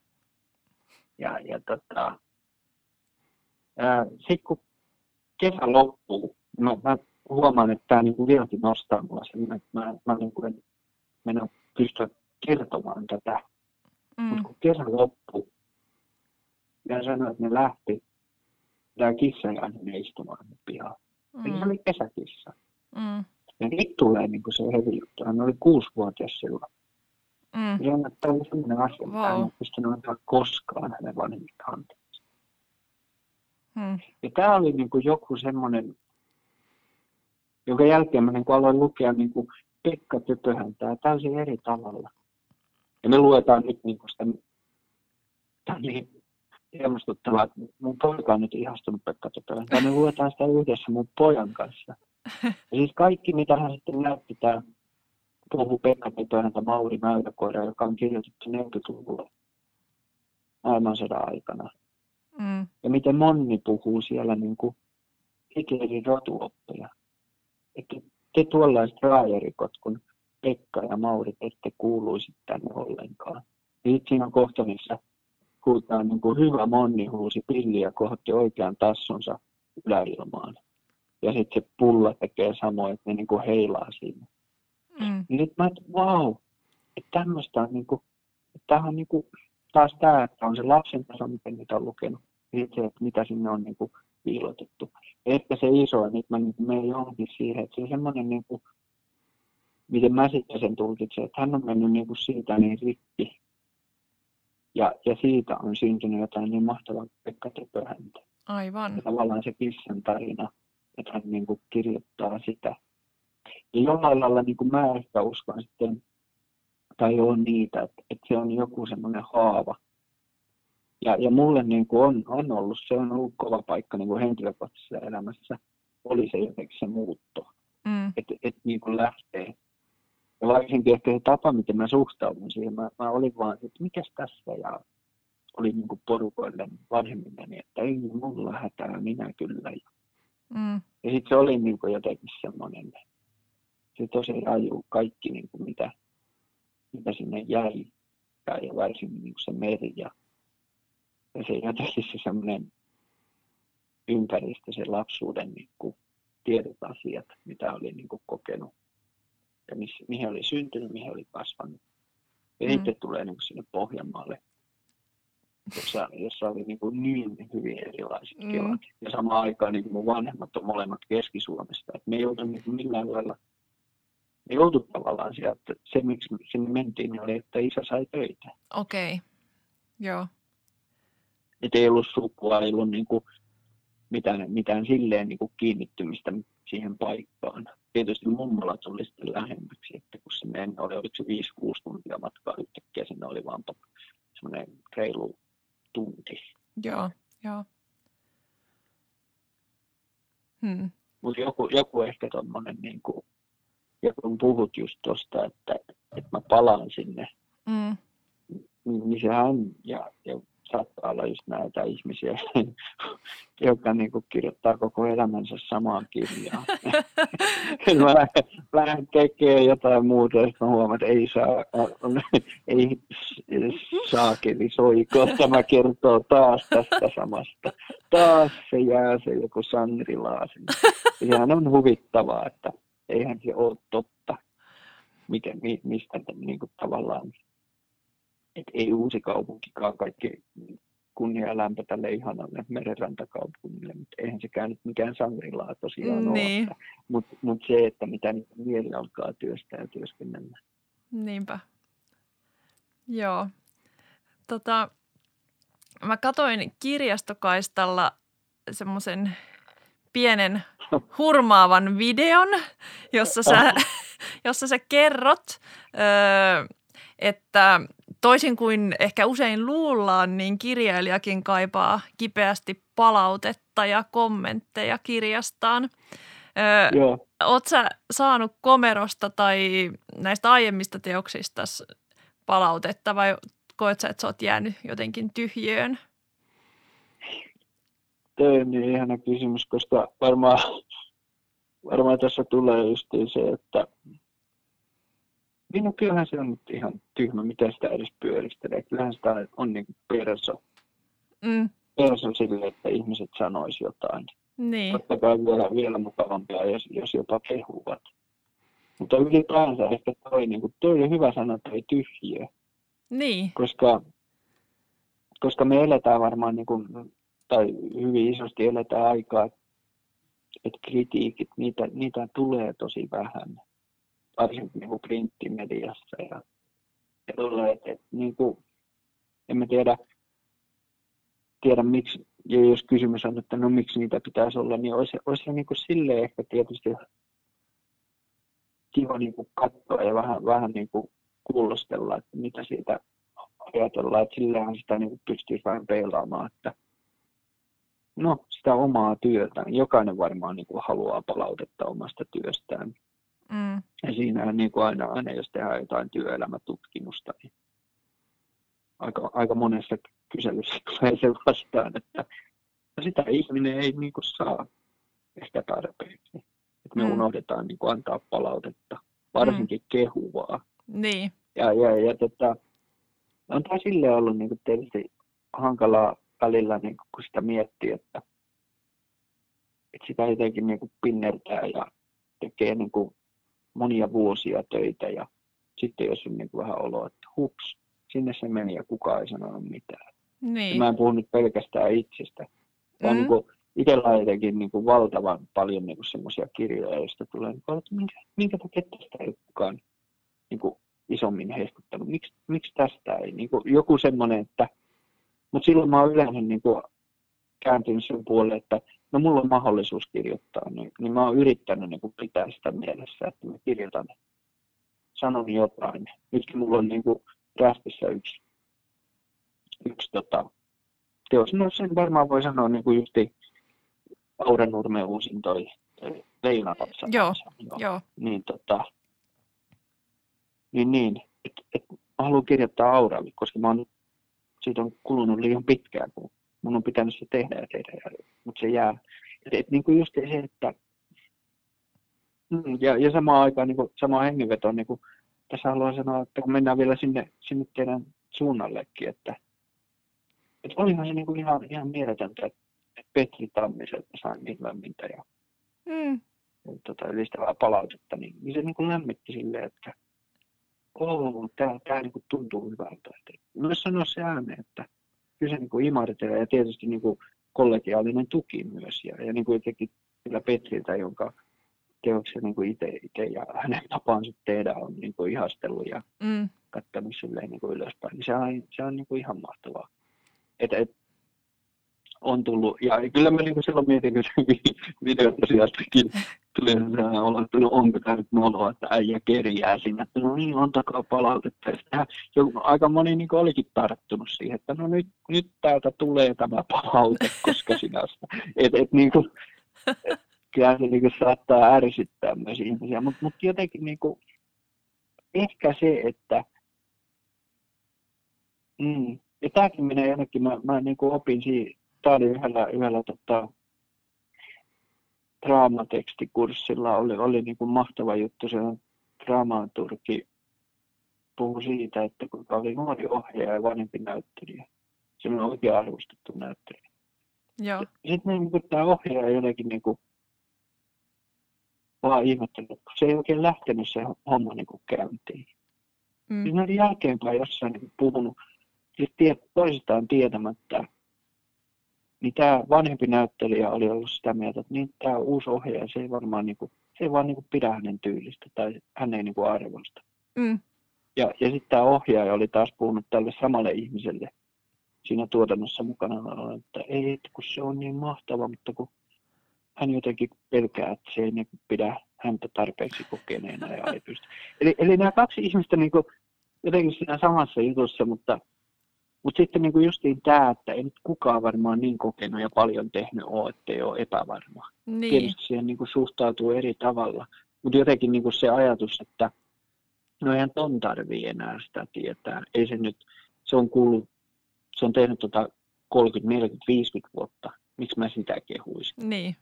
Sitten kun kesä loppuu, mä huomaan, että tämä niinku vieläkin nostaa mulla sen, että mä niinku en mennä pystyä kertomaan tätä. Mutta kun kesä loppuu, ja sanoi, että ne lähti, tämä kissa jäi sinne istumaan pihaan. Eli se oli kesäkissa. Ja nyt tulee niinku se hevi juttu. Hän oli 6-vuotias silloin. Ja sanoi, että tämä oli sellainen asia, että hän ei pystynyt antaa koskaan hänen vanhemmista anteeksi. Ja tämä oli niinku joku semmoinen, jonka jälkeen mä niinku aloin lukea niinku Pekka Töpöhäntää täysin eri tavalla. Ja me luetaan nyt niinku sitä, tämä on niin hiemostuttavaa, että mun poika on nyt ihastunut Pekka Töpöhäntää. Me luetaan sitä yhdessä mun pojan kanssa. Ja siis kaikki, mitä hän sitten näytti, tämä puhuu Pekka Töpöhäntä Mauri Mäyräkoira, joka on kirjoitettu 40-luvulla maailmansodan aikana. Ja miten Monni puhuu siellä niin kuin Hitlerin rotuoppeja. Että te tuollaiset raajarikot, kun Pekka ja Mauri ette kuuluisi tänne ollenkaan. Ja sitten siinä on kohta, missä huutaa niin kuin hyvä Monni huusi pilliä kohotti oikean tassunsa yläilmaan. Ja sitten se pulla tekee samoin, että ne niin kuin heilaa siinä. Ja nyt mä ajattelin, vau, että tämmöistä on niin kuin, tämähän on niin kuin taas tämä, että on se lapsen taso, miten niitä on lukenut. Ja se, että mitä sinne on niin kuin piilotettu. Ja ehkä se iso, että nyt mä niin menen johonkin siihen, että se on semmoinen, niin kuin, miten mä sitten sen tulkitsen, että hän on mennyt niin kuin siitä niin rikki. Ja siitä on syntynyt jotain niin mahtavaa Pekka Töpöhäntä. Aivan. Ja tavallaan se kissan tarina, että hän niin kuin kirjoittaa sitä. Ja jollain lailla niin kuin mä ehkä uskon sitten, tai on niitä, että se on joku semmoinen haava. Ja mulle niin kuin on ollut, se on ollut kova paikka niin kuin henkilökohtaisessa elämässä, oli se jotenkin se muutto, että niin kuin lähtee. Ja varsinkin ehkä se tapa, miten mä suhtaudun siihen, mä olin vaan, että mikäs tässä, ja oli niin kuin porukoille vanhemmilleni, että ei mulla hätää, minä kyllä. Ja sitten se oli niin kuin jotenkin semmoinen, se tosi raju kaikki, niin kuin mitä sinne jäi, ja varsinkin niin kuin se meri, ja se jotenkin se semmoinen ympäristö, se lapsuuden niin kuin tietyt asiat, mitä oli niin kuin kokenut, ja mihin oli syntynyt, mihin oli kasvanut. Ja sitten tulee niin kuin sinne Pohjanmaalle, jossa oli niin hyvin erilaiset kelat. Ja samaan aikaan niin mun vanhemmat on molemmat Keski-Suomesta. Et me ei oltu niin millään lailla, me ei oltu tavallaan sieltä, että se miksi sinne mentiin, niin oli, että isä sai töitä. Okei, joo. Että ei ollut sukua, ei ollut niin kuin mitään silleen niin kuin kiinnittymistä siihen paikkaan. Tietysti mummola tuli sitten lähemmäksi, että kun se ennen oli, oliko se 5-6 tuntia matkaa yhtäkkiä, sinne oli vaan semmoinen reilu tunti. Joo. Mutta joku ehkä tommonen, niin kuin, ja kun puhut just tosta, että mä palaan sinne, niin sehän on, ja saattaa olla just näitä ihmisiä, jotka niin kuin kirjoittaa koko elämänsä samaan kirjaan. Mä lähden tekemään jotain muuta, ja sitten mä huomaan, että ei saakeli soiko. Tämä kertoo taas tästä samasta. Taas se jää se joku Shangri-La. Sehän on huvittavaa, että eihän se ole totta, mistä niin kuin tavallaan. Että ei Uusikaupunkikaan kaikki kunnia ja lämpö tälle ihanalle merenrantakaupungille, mutta eihän sekään nyt mikään Shangri-La tosiaan ole. Mutta se, että mitä niitä mieli alkaa työstää ja työskennellä. Niinpä. Joo. Mä katoin kirjastokaistalla semmoisen pienen hurmaavan videon, jossa sä kerrot, että toisin kuin ehkä usein luullaan, niin kirjailijakin kaipaa kipeästi palautetta ja kommentteja kirjastaan. Oot sä saanut Komerosta tai näistä aiemmista teoksista palautetta vai koet sä, että sä oot jäänyt jotenkin tyhjöön? Toi on niin ihana kysymys, koska varmaan tässä tulee just se, että no kyllähän se on nyt ihan tyhmä, miten sitä edes pyöristelee. Kyllähän sitä on niin kuin perso sille, että ihmiset sanois jotain. Niin. Totta kai vielä mukavampaa, jos jopa kehuvat. Mutta ylipäänsä ehkä toi on hyvä sana, toi tyhjiö. Niin. Koska me eletään varmaan, niin kuin, tai hyvin isosti eletään aikaa, että kritiikit, niitä tulee tosi vähän. Varsinkin niin kuin printtimediassa. Ja tulee, että niin kuin, en mä tiedä miksi, ja jos kysymys on, että no miksi niitä pitäisi olla, niin olisi se niin kuin silleen ehkä tietysti kiva niin kuin katsoa ja vähän niin kuin kuulostella, että mitä siitä ajatellaan, että sillähän sitä niin kuin pystyy vähän peilaamaan, että no sitä omaa työtä, jokainen varmaan niin kuin haluaa palautetta omasta työstään. Ja siinähän niin kuin aina, jos tehdään jotain työelämätutkimusta, niin aika monessa kyselyssä tulee se vastaan, että sitä ihminen ei niin kuin saa ehkä tarpeeksi. Että me unohdetaan niin kuin antaa palautetta, varsinkin kehuvaa. Niin. Ja on tämä silleen ollut niin kuin tietysti hankalaa välillä, niin kuin, kun sitä miettii, että sitä jotenkin niin kuin pinnertää ja tekee niin kuin monia vuosia töitä ja sitten jos on niin kuin vähän olo, että hups, sinne se meni ja kukaan ei sanonut mitään. Niin. Ja mä en puhu nyt pelkästään itsestä. Tämä on niin kuin itsellä on jotenkin niin kuin valtavan paljon niin kuin semmoisia kirjoja, joista tulee, että minkä takia tästä ei kukaan niin kuin isommin hehkuttanut. Miksi tästä ei? Niin kuin joku semmoinen, että mutta silloin mä oon yleensä niin kuin kääntynyt sen puolelle, että no mulla on mahdollisuus kirjoittaa, niin mä oon yrittänyt niin kuin pitää sitä mielessä, että mä kirjoitan, sanon jotain. Nytkin mulla on niin kuin rästissä yksi teos. No sen varmaan voi sanoa niin kuin justi Aura Nurmen uusin toi Leina Lapsa. Joo. Niin, että mä haluan kirjoittaa Auralle, koska siitä on kulunut liian pitkään, kun mun on pitänyt se tehdä, mutta se jää. Niin kuin just se, että ja samaan aikaan niin samaan hengenvetoon, niin kuin tässä haluan sanoa, että kun mennään vielä sinne teidän suunnallekin, että olihan se niin kuin ihan mieletöntä, että Petri Tammiselta sain niin lämmintä ja ylistävää palautetta, niin se niin kuin lämmitti silleen, että tämä niin kuin tuntuu hyvältä. Myös sanoa se ääneen, että kyllä se niin kuin imartelee ja tietysti niin kuin kollegiaalinen tuki myös. Ja niin kuin jotenkin kyllä Petriltä, jonka teoksia niin kuin itse ja hänen tapansa tehdä on niin kuin ihastellut ja katsonut silleen niin kuin ylöspäin. Niin se on niin kuin ihan mahtavaa. On tullut, ja kyllä mä niin silloin mietin, kun se videotosiastakin tuli sellainen olo, että onko tämä nyt noloa, että äijä kerjää sinne, että no niin, antakaa palautetta. Ja sitten aika moni niin olikin tarttunut siihen, että no nyt täältä tulee tämä palaute, koska sinä sitä. Niin kuin, kyllä se niin kuin saattaa ärsyttää myös ihmisiä, mutta jotenkin niin kuin, ehkä se, että ja tämäkin menee jonnekin, mä niin kuin opin siinä. Tämä oli yhdellä draamatekstikurssilla, oli niin kuin mahtava juttu, se dramaturgi puhui siitä, että kuinka oli nuori ohjaaja ja vanhempi näyttelijä, semmoinen oikein arvostettu näyttelijä. Joo. Sitten niin kuin tämä ohjaaja jotenkin niin kuin vaan ihmetteli, että se ei oikein lähtenyt se homma niin kuin käyntiin. Siinä oli jälkeenpäin jossain niin puhunut toisistaan tietämättä, niin tämä vanhempi näyttelijä oli ollut sitä mieltä, että niin tämä uusi ohjaaja, se ei varmaan pidä hänen tyylistä tai hän ei arvosta. Ja sitten tämä ohjaaja oli taas puhunut tälle samalle ihmiselle siinä tuotannossa mukana olla, että ei, että kun se on niin mahtava, mutta kun hän jotenkin pelkää, että se ei niin pidä häntä tarpeeksi kokeneena ja ei pysty. Eli nämä kaksi ihmistä niin kuin, jotenkin siinä samassa jutussa, mutta sitten niin kuin justiin tämä, että ei nyt kukaan varmaan niin kokenut ja paljon tehnyt ole, ettei ole epävarma. Niin. Tietysti siihen niin kuin suhtautuu eri tavalla, mutta jotenkin niin kuin se ajatus, että no eihän ton tarvii enää sitä tietää. Ei se nyt, se on tehnyt 30, 40, 50 vuotta. Miksi mä sitä kehuisin? Niin.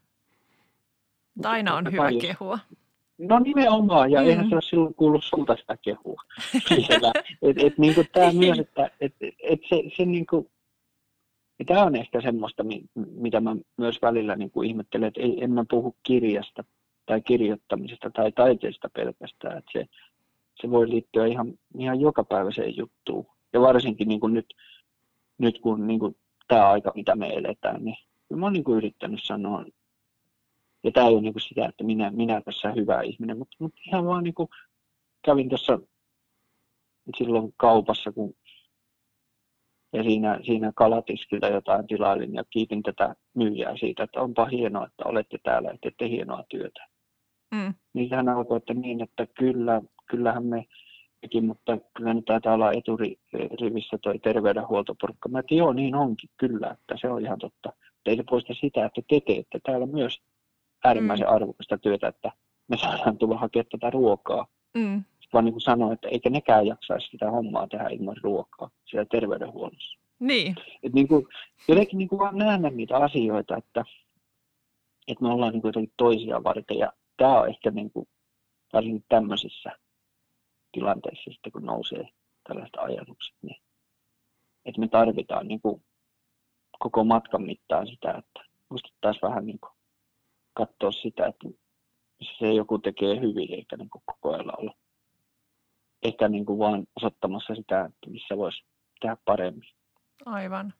Aina on hyvä kehua. No nimenomaan, ja eihän se ole silloin kuullut sulta sitä kehua. Niin tämä myös, että se niin kuin, ja tämä on ehkä semmoista, mitä mä myös välillä niin kuin ihmettelen, että en mä puhu kirjasta tai kirjoittamisesta tai taiteesta pelkästään, että se voi liittyä ihan jokapäiväiseen juttuun. Ja varsinkin niin kuin nyt kun niin kuin tämä aika, mitä me eletään, niin mä oon niin kuin yrittänyt sanoa, ja tämä ei ole niin kuin sitä, että minä tässä hyvä ihminen, mutta ihan vaan niin kuin kävin tuossa silloin kaupassa, ja siinä kalatiskiltä jotain tilailin ja kiitin tätä myyjää siitä, että onpa hienoa, että olette täällä ja teette hienoa työtä. Niin hän alkoi, että niin, että kyllähän mekin, mutta kyllä nyt taitaa olla eturivissä toi terveydenhuoltoporukka. Mä että joo, niin onkin kyllä, että se on ihan totta. Ei se poista sitä, että te teette täällä myös äärimmäisen arvokasta työtä, että me saadaan tulla hakea tätä ruokaa. Vaan niin kuin sanoin, että eikä nekään jaksaisi sitä hommaa tehdä ilman ruokaa siellä terveydenhuollossa. Niin. Et niin kuin, jotenkin niin kuin vaan nähdä niitä asioita, että me ollaan niin kuin jotenkin toisia varten. Ja tämä on ehkä niin kuin, varsinkin tämmöisissä tilanteissa, sitten kun nousee tällaiset ajatukset, niin että me tarvitaan niin kuin koko matkan mittaan sitä, että muistettaisiin vähän niin kuin katsoa sitä, että se joku tekee hyvin, eikä niin kuin koko ajan olla ehkä niin kuin vaan osoittamassa sitä, että missä voisi tehdä paremmin. Aivan.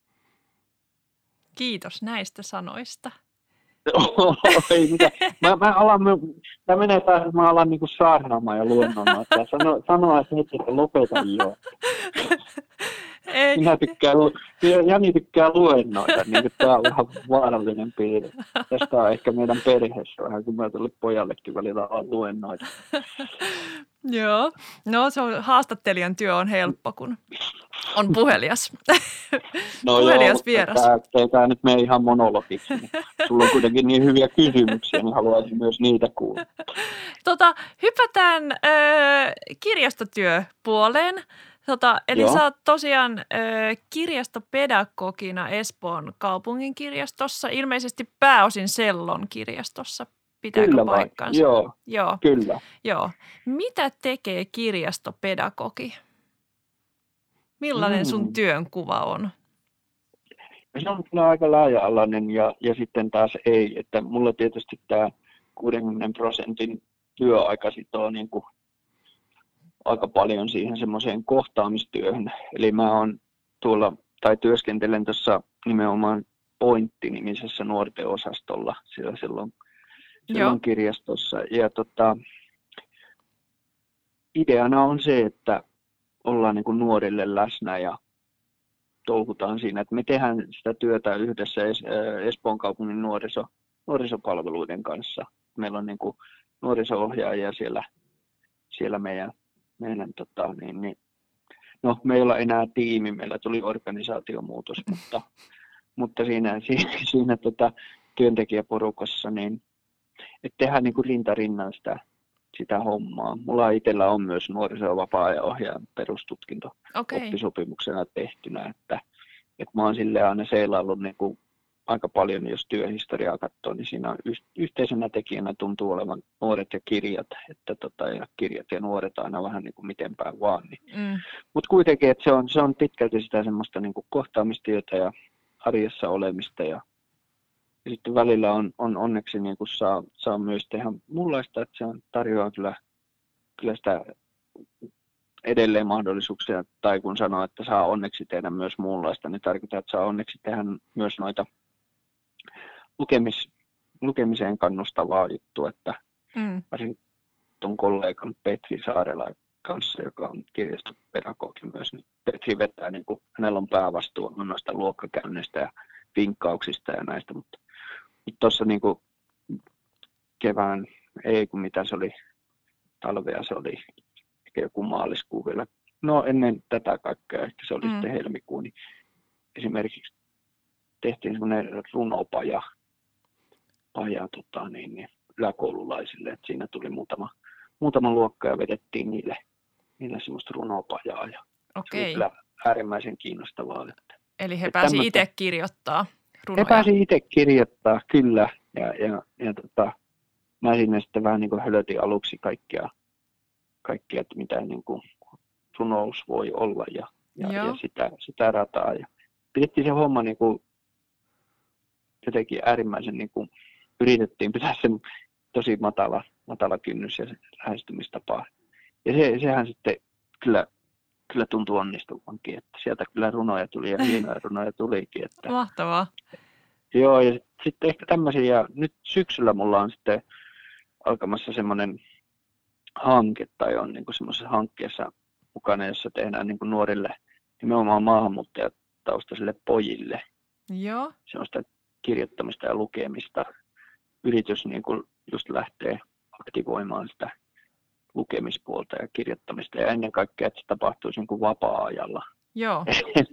Kiitos näistä sanoista. Ei mitään. Mä menee taas, että mä alan niin kuin saarnaamaan ja luennoimaan. Sanoa, että heti, että lopetan jo. Ei. Jani tykkää luennoida, niin kuin tää on vähän vaarallinen piirre. Tästä on ehkä meidän perheessä vähän, kun mä tulin pojallekin välillä luennoida. Joo, no se on, haastattelijan työ on helppo, kun on puhelias. No puhelias vieras. Tämä nyt mene ihan monologiksi. Sulla on kuitenkin niin hyviä kysymyksiä, niin haluaisin myös niitä kuulla. Hypätään kirjastotyöpuoleen. Eli Joo. sä oot tosiaan kirjastopedagogina Espoon kaupungin kirjastossa, ilmeisesti pääosin Sellon kirjastossa. Pitääkö Kyllä paikkansa? Joo, kyllä. Joo. Mitä tekee kirjastopedagogi? Millainen sun työnkuva on? Se on kyllä aika laaja-alainen ja sitten taas ei. Että mulla tietysti tämä 60% työaika sitoo niin kuin aika paljon siihen semmoiseen kohtaamistyöhön. Eli mä oon työskentelen tuossa nimenomaan Pointti-nimisessä nuorten osastolla siellä silloin kirjastossa. Ja ideana on se, että ollaan niin kuin nuorille läsnä ja touhutaan siinä, että me tehdään sitä työtä yhdessä Espoon kaupungin nuorisopalveluiden kanssa. Meillä on niin kuin nuoriso-ohjaajia siellä meidän no me ei olla enää tiimi, meillä tuli organisaatiomuutos, mutta siinä työntekijäporukassa niin että tehdään niin kuin rintarinnan sitä hommaa. Mulla itsellä on myös nuoriso- vapaa-ajan ohjaajan perustutkinto oppisopimuksena tehtynä, että mä oon silleen aina seilaillut niin kuin aika paljon, jos työhistoriaa katsoo, niin siinä on yhteisenä tekijänä tuntuu olevan nuoret ja kirjat, että ja kirjat ja nuoret aina vähän niin kuin miten päin vaan. Niin. Mutta kuitenkin, että se on pitkälti sitä semmoista niin kuin kohtaamistyötä ja arjessa olemista ja sitten välillä on onneksi niin kuin saa myös tehdä muunlaista, että se tarjoaa kyllä sitä edelleen mahdollisuuksia, tai kun sanoo, että saa onneksi tehdä myös muunlaista, niin tarkoittaa, että saa onneksi tehdä myös noita lukemiseen kannustavaa juttua, että varsin tuon kollegan Petri Saarela kanssa, joka on kirjastopedagogi myös, niin Petri vetää, niin kuin, hänellä on päävastuu noista luokkakäynneistä ja vinkkauksista ja näistä, mutta tuossa niin kuin kevään, ei kun mitä se oli, talvea se oli, ehkä joku maaliskuu vielä, no ennen tätä kaikkea, ehkä se oli sitten helmikuu, niin esimerkiksi tehtiin semmoinen runopaja yläkoululaisille, että siinä tuli muutama luokka ja vedettiin niille semmoista runopajaa ja se oli kyllä äärimmäisen kiinnostavaa. Eli he pääsi itse kirjoittaa runoja. He pääsi itse kirjoittaa, kyllä. Mä sinne sitten vähän niin kuin hölötin aluksi kaikkia, että mitä niin kuin runous voi olla ja sitä rataa. Ja pidettiin se homma niin kuin jotenkin äärimmäisen, niin kuin yritettiin pitää sen tosi matala kynnys ja lähestymistapa. Ja sehän sitten kyllä tuntui onnistuvankin, että sieltä kyllä runoja tuli ja hienoja runoja tulikin. Että mahtavaa. Joo, ja sitten ehkä tämmöisiä, ja nyt syksyllä mulla on sitten alkamassa semmoinen hanke, tai on niin kuin semmoisessa hankkeessa mukana, jossa tehdään niin kuin nuorille, nimenomaan maahanmuuttajataustaisille pojille, joo, semmoista kirjoittamista ja lukemista. Yritys niin kuin just lähtee aktivoimaan sitä lukemispuolta ja kirjoittamista, ja ennen kaikkea, että se tapahtuisi niin kuin vapaa-ajalla. Joo.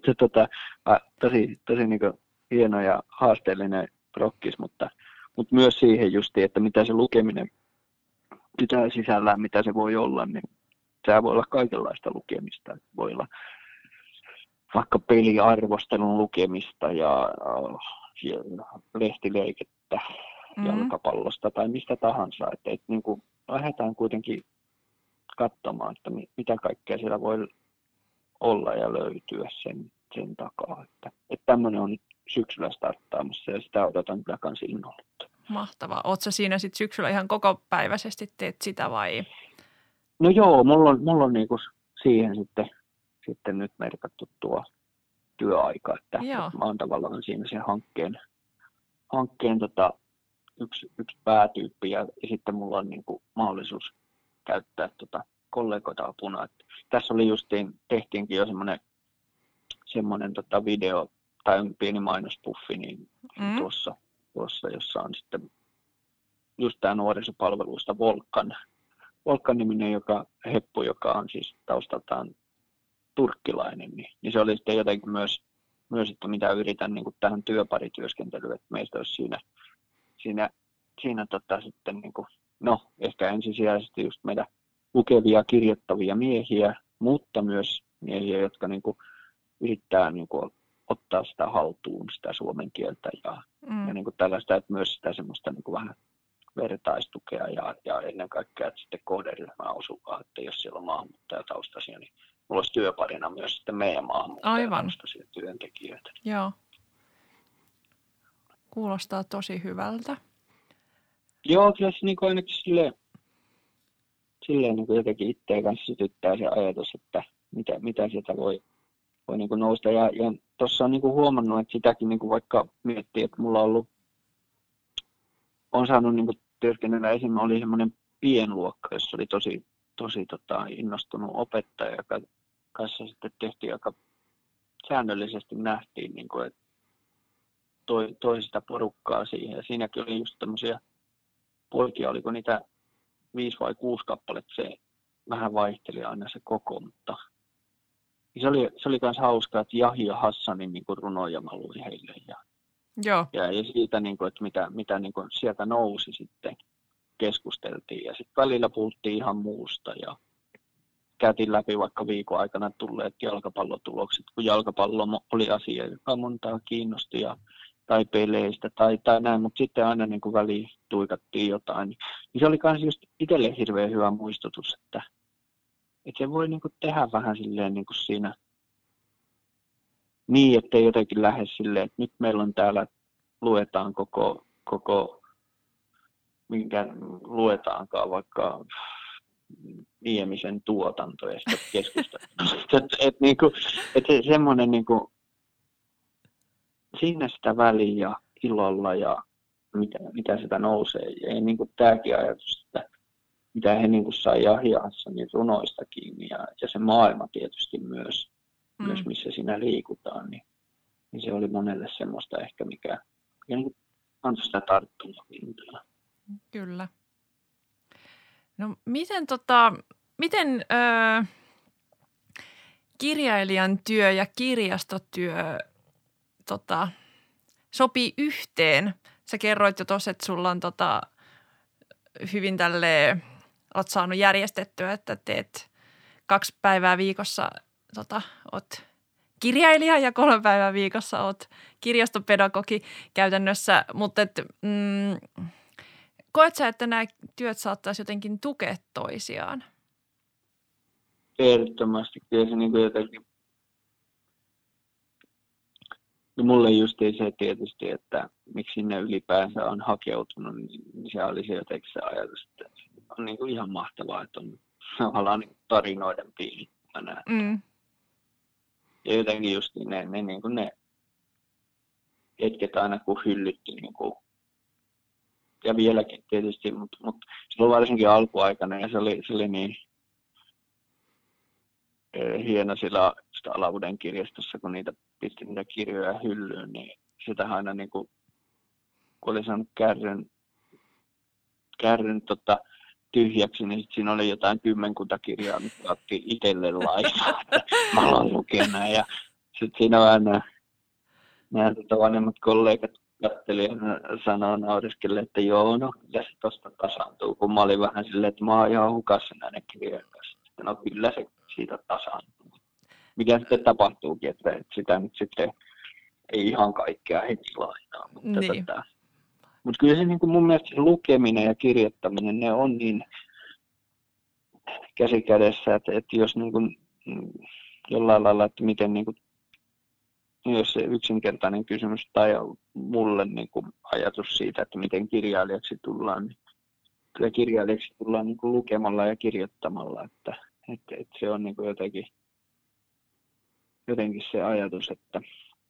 tosi niin kuin hieno ja haasteellinen prokkis, mutta myös siihen justiin, että mitä se lukeminen pitää sisällään, mitä se voi olla, niin se voi olla kaikenlaista lukemista. Voi olla vaikka peliarvostelun lukemista ja lehtileikettä jalkapallosta tai mistä tahansa. Että niin kuin lähdetään kuitenkin katsomaan, että mitä kaikkea siellä voi olla ja löytyä sen takaa. Että tämmöinen on nyt syksyllä starttaamassa ja sitä odotan kyllä kans innolla. Mahtavaa. Ootko siinä sitten syksyllä ihan kokopäiväisesti teet sitä vai? No joo, mulla on niinku siihen sitten nyt merkattu tuo työaika, että mä oon tavallaan siinä sen hankkeen yksi päätyyppi ja sitten mulla on niinku mahdollisuus käyttää kollegoita apuna. Että tässä oli tehtiinkin jo semmoinen video tai pieni mainospuffi niin tuossa, jossa on sitten just tämä nuorisopalveluista Volkan-niminen heppu, joka on siis taustaltaan turkkilainen, niin se oli sitten jotenkin myös että mitä yritän niin kuin tähän työparityöskentelyyn, että meistä olisi siinä sitten niin kuin, ehkä ensisijaisesti just meidän lukevia, kirjoittavia miehiä, mutta myös miehiä, jotka niin kuin yrittää niin kuin ottaa sitä haltuun, sitä suomen kieltä ja niin kuin tällaista, että myös sitä semmoista niin kuin vähän vertaistukea ja ennen kaikkea että sitten kohderyhmää osuvaa, että jos siellä on maahanmuuttajataustaisia, niin mulla olisi työparina myös sitten meidän maahanmuuttajataustaisia työntekijöitä. Joo. Kuulostaa tosi hyvältä. Joo, kyllä se niin kuin ainakin silleen niin kuin jotenkin itseä kanssa sytyttää se ajatus, että mitä sieltä voi niin kuin nousta. Ja tuossa on niin kuin huomannut, että sitäkin niin kuin vaikka miettii, että mulla on saanut niin kuin työskennellä esimerkiksi, oli semmoinen pienluokka, jossa oli tosi innostunut opettaja, joka kanssa sitten tehtiin aika säännöllisesti nähtiin, niin kuin, että toi sitä porukkaa siihen. Ja siinäkin oli just tämmöisiä poikia, oliko niitä 5 vai 6 kappaletta, se vähän vaihteli aina se koko, mutta se oli myös hauskaa, että Jahi ja Hassanin niin kuin runoja mä luin heille. Joo. Ja siitä, niin kuin, että mitä niin kuin sieltä nousi sitten, keskusteltiin. Ja sitten välillä puhuttiin ihan muusta ja käytiin läpi vaikka viikon aikana tulleet jalkapallotulokset, kun jalkapallo oli asia, joka montaa kiinnosti tai peleistä tai näin, mutta sitten aina niin kuin väliin tuikattiin jotain. Niin se oli myös just itselle hirveän hyvä muistutus, että se voi niin kuin tehdä vähän silleen niin kuin siinä niin, ettei jotenkin lähde silleen, että nyt meillä on täällä, luetaan koko minkä luetaankaan vaikka Niemisen tuotanto ja sitä keskustelua. että semmoinen niinku, siinä sitä väliä ja ilolla ja mitä sitä nousee. Ja niin kuin tämäkin ajatus, että mitä he niin kuin sai Jahiassa, niin runoista kiinni ja se maailma tietysti myös missä siinä liikutaan, niin se oli monelle semmoista ehkä, mikä niin kuin antoi sitä tarttumapintaa. Kyllä. No miten kirjailijan työ ja kirjastotyö sopii yhteen? Sä kerroit jo tuossa, että sulla on hyvin oot saanut järjestettyä, että teet 2 päivää viikossa oot kirjailija ja 3 päivää viikossa oot kirjastopedagogi käytännössä, mutta koet sä, että nämä työt saattaisi jotenkin tukea toisiaan? Ehdottomasti kyllä se niin kuin jotenkin. No mulle just se tietysti, että miksi sinne ylipäänsä on hakeutunut, niin se oli se jotenkin se ajatus, että on niin kuin ihan mahtavaa, että on tavallaan niin tarinoiden piilittämänä. Ja jotenkin just ne hetket aina kun hyllytti, niin kuin, ja vieläkin tietysti, mutta silloin varsinkin alkuaikana, ja se oli niin hieno sillä Alavuden kirjastossa, kun niitä pisti niitä kirjoja hyllyyn, niin sitä aina niin kuin, kun oli saanut kärryn tyhjäksi, niin sit siinä oli jotain 10 kirjaa, mitkä otti itselle laittaa, että mä aloin lukena. Ja sitten siinä aina nämä vanhemmat kollegat katseli ja naureskeli, että joo, no kyllä se tosta tasaantuu, kun mä olin vähän silleen, että mä oon ihan hukassa näiden kirjojen kanssa. No kyllä se siitä tasaantuu. Mikä sitten tapahtuukin, että sitä nyt sitten ei ihan kaikkea heti lainaa. Mutta kyllä se niin kuin mun mielestä se lukeminen ja kirjoittaminen, ne on niin käsikädessä, että jos niin kuin, jollain lailla, että miten niin kuin, jos se yksinkertainen kysymys tai mulle niin kuin ajatus siitä, että miten kirjailijaksi tullaan, niin kyllä kirjailijaksi tullaan niin kuin lukemalla ja kirjoittamalla, että se on niin kuin jotenkin se ajatus, että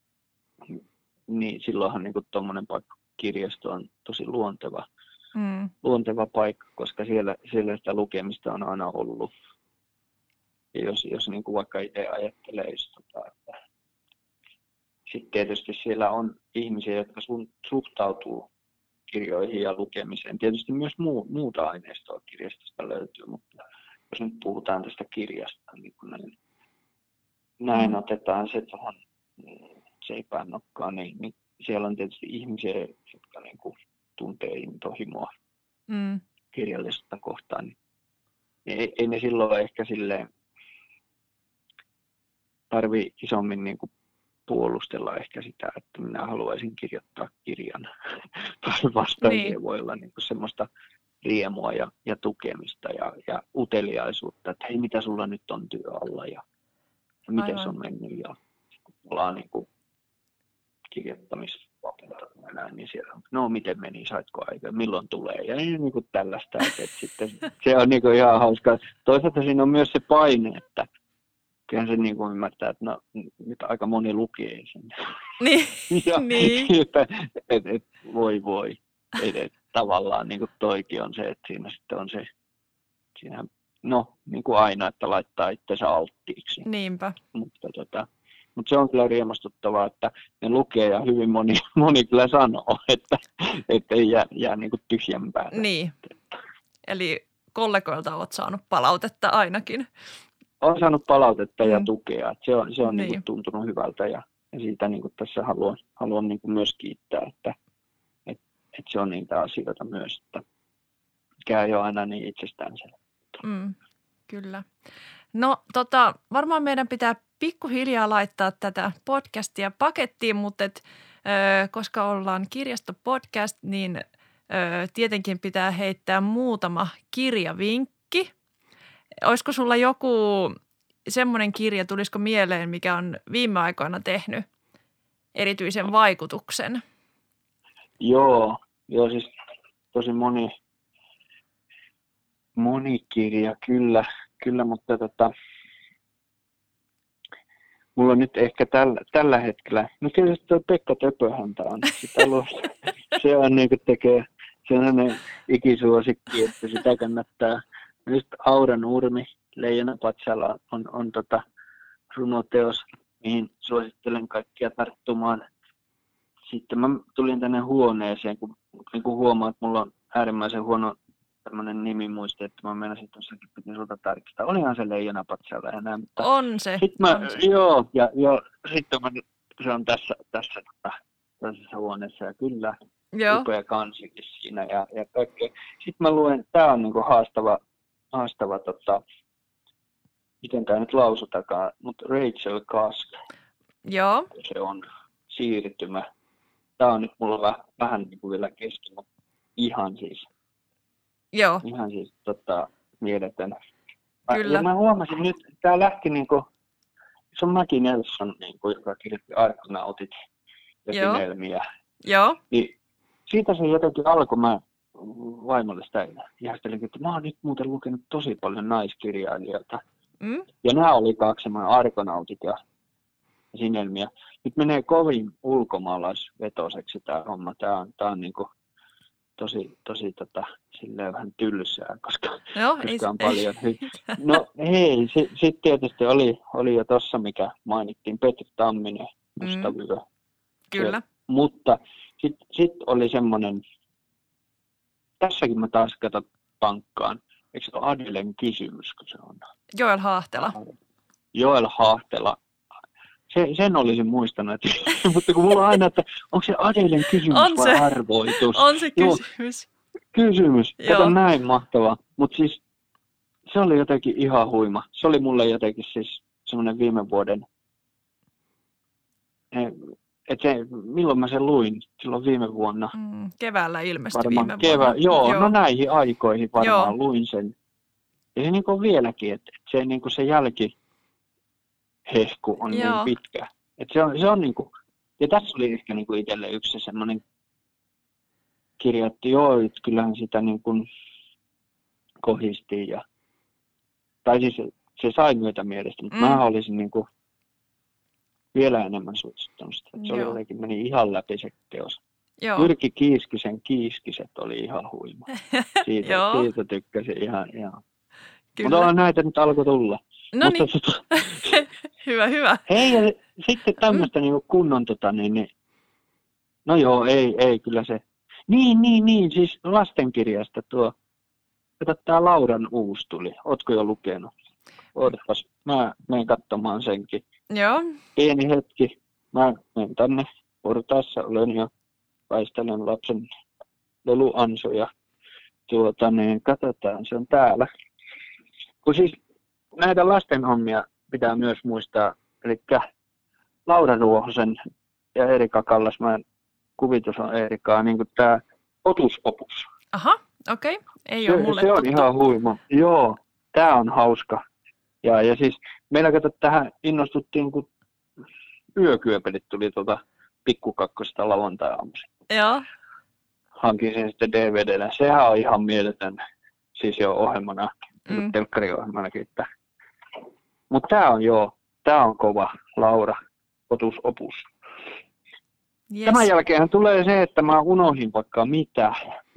niin silloinhan niin kuin tuommoinen paikka kirjasto on tosi luonteva paikka, koska siellä sitä lukemista on aina ollut. Ja jos niin kuin vaikka itse ajattelee, että sitten tietysti siellä on ihmisiä, jotka suhtautuu kirjoihin ja lukemiseen. Tietysti myös muuta aineistoa kirjastosta löytyy, mutta jos nyt puhutaan tästä kirjasta, niin kun näin otetaan se tuohon seipään nokkaan, niin siellä on tietysti ihmisiä, jotka niin kuin tuntee intohimoa kirjallisuutta kohtaan. Niin ei ne silloin ehkä silleen tarvitse isommin niin kuin puolustella ehkä sitä, että minä haluaisin kirjoittaa kirjan. Vastaavia voi olla niin kuin semmoista riemua ja tukemista ja uteliaisuutta, että hei, mitä sulla nyt on työ alla ja miten se on mennyt. Ja kun ollaan niin kuin kirjoittamispaperilta näin, niin siellä on, no miten meni, saitko aikaa, milloin tulee, ja niin kuin tällaista, että sitten se on niin kuin ihan hauskaa. Toisaalta siinä on myös se paine, että kyllähän se niin kuin ymmärtää, että no, nyt aika moni lukee sen. Niin. Voi. Tavallaan niin kuin toikin on se, että siinä sitten on se, no niin kuin aina, että laittaa itsensä alttiiksi. Niinpä. Mutta se on kyllä riemastuttavaa, että ne lukee ja hyvin moni kyllä sanoo, että ei jää niin kuin tyhjän päälle. Niin, eli kollegoilta olet saanut palautetta ainakin. Olen saanut palautetta ja tukea, että se on niin kuin tuntunut hyvältä ja siitä niin kuin tässä haluan niin kuin myös kiittää, että se on niitä asioita myös, että mikä ei ole aina niin itsestäänselvää. Kyllä. No varmaan meidän pitää pikkuhiljaa laittaa tätä podcastia pakettiin, mutta koska ollaan kirjastopodcast, niin tietenkin pitää heittää muutama kirjavinkki. Olisiko sulla joku semmoinen kirja, tulisiko mieleen, mikä on viime aikoina tehnyt erityisen vaikutuksen? Joo siis tosi moni kirja, kyllä, mutta mulla on nyt ehkä tällä hetkellä, no tietysti tuo Pekka Töpöhäntä on sitä se on niin kuin tekee sellainen ikisuosikki, että sitä kannattaa Just Aura Nurmi, Leijonapatsalla on runoteos, mihin suosittelen kaikkia tarttumaan. Sitten mä tulin tänne huoneeseen, kun niin kuin huomaa, että mulla on äärimmäisen huono tämmöinen nimimuisti, että mä menisin tuossakin, piti sulta tarkistaa. Olihan se Leijonapatsalla ja näin, mutta... On se. Joo, ja sitten se on tässä toisessa huoneessa ja kyllä upea kansikin siinä ja kaikkea. Sitten mä luen, tää on niinku haastava miten tää nyt lausutakaan, mutta Rachel Cusk. Joo. Se on siirtymä. Tää on nyt mulla vähän niinku vielä kesken, mutta ihan siis mieletön. Kyllä. Ja mä huomasin nyt, tää lähti niinku, se on Maggie Nelson, niinku, joka kirjoitti Arkonautit ja Sinelmiä. Joo. Niin siitä se jotenkin alkoi, mä vaimolle sitä ihastelin, että mä oon nyt muuten lukenut tosi paljon naiskirjailijoita. Ja nämä oli kaksi, Arkonautit ja Sinelmiä. Nyt menee kovin ulkomaalaisvetoiseksi tämä homma. Tää on niinku tosi silleen vähän tylsää, koska on paljon. No hei, sitten tietysti oli jo tossa, mikä mainittiin, Petri Tamminen, Mustavyö. Kyllä. Mutta sit oli semmoinen, tässäkin mä taas pankkaan, eikö se ole Adelen kysymys, kun se on? Joel Hahtela. Sen olisin muistanut, mutta kun mulla on aina, että onko se Adelen kysymys vai arvoitus? On se kysymys. Kysymys, kato näin mahtava. Mutta siis se oli jotenkin ihan huima. Se oli mulle jotenkin siis semmoinen viime vuoden, että milloin mä sen luin silloin viime vuonna. Keväällä ilmestyi varmaan viime vuonna. Joo, no näihin aikoihin varmaan luin sen. Ja se niin kuin vieläkin, että se, niin kuin se jälkihehku on niin pitkä. Että se on niin kuin, ja tässä oli ehkä niin kuin itselle yksi semmoinen kirjoitti, että kyllähän sitä niin kuin kohistiin. Tai siis se sai myötämielestä, mutta mä olisin niin kuin vielä enemmän suosittanut sitä. Se oli jotenkin, meni ihan läpi se teos. Jyrki Kiiskisen Kiiskiset oli ihan huima. Siitä tykkäsin ihan. Mutta näitä nyt alkoi tulla. No niin. Hyvä. Hei, ja sitten tämmöistä niinku kunnon no joo, ei kyllä se. Niin, siis lastenkirjasta tuo. Kato, tää Lauran uusi tuli. Ootko jo lukenut? Ootapas, mä menen katsomaan senkin. Joo. Pieni hetki. Mä menen tänne portaassa, olen jo paistelen lapsen leluansoja. Katsotaan, se on täällä. Kun siis näitä lasten hommia pitää myös muistaa, eli Laura Ruohosen ja Erika Kallasmäen kuvitus on Erikaa, niin kuin tämä Otusopus. Aha, okei. Ei ole mulle se on ihan huima. Joo, tämä on hauska. Ja siis meillä tähän innostuttiin, kun Yökyöpelit tuli Pikkukakkosesta lauantai-aamuisin. Joo. Hankin sen sitten DVD:llä. Sehän on ihan mieletön, siis jo ohjelmana, telkkariohjelmanakin. Mutta tämä on kova, Laura, Otusopus. Yes. Tämän jälkeen tulee se, että mä unohdin vaikka mitä.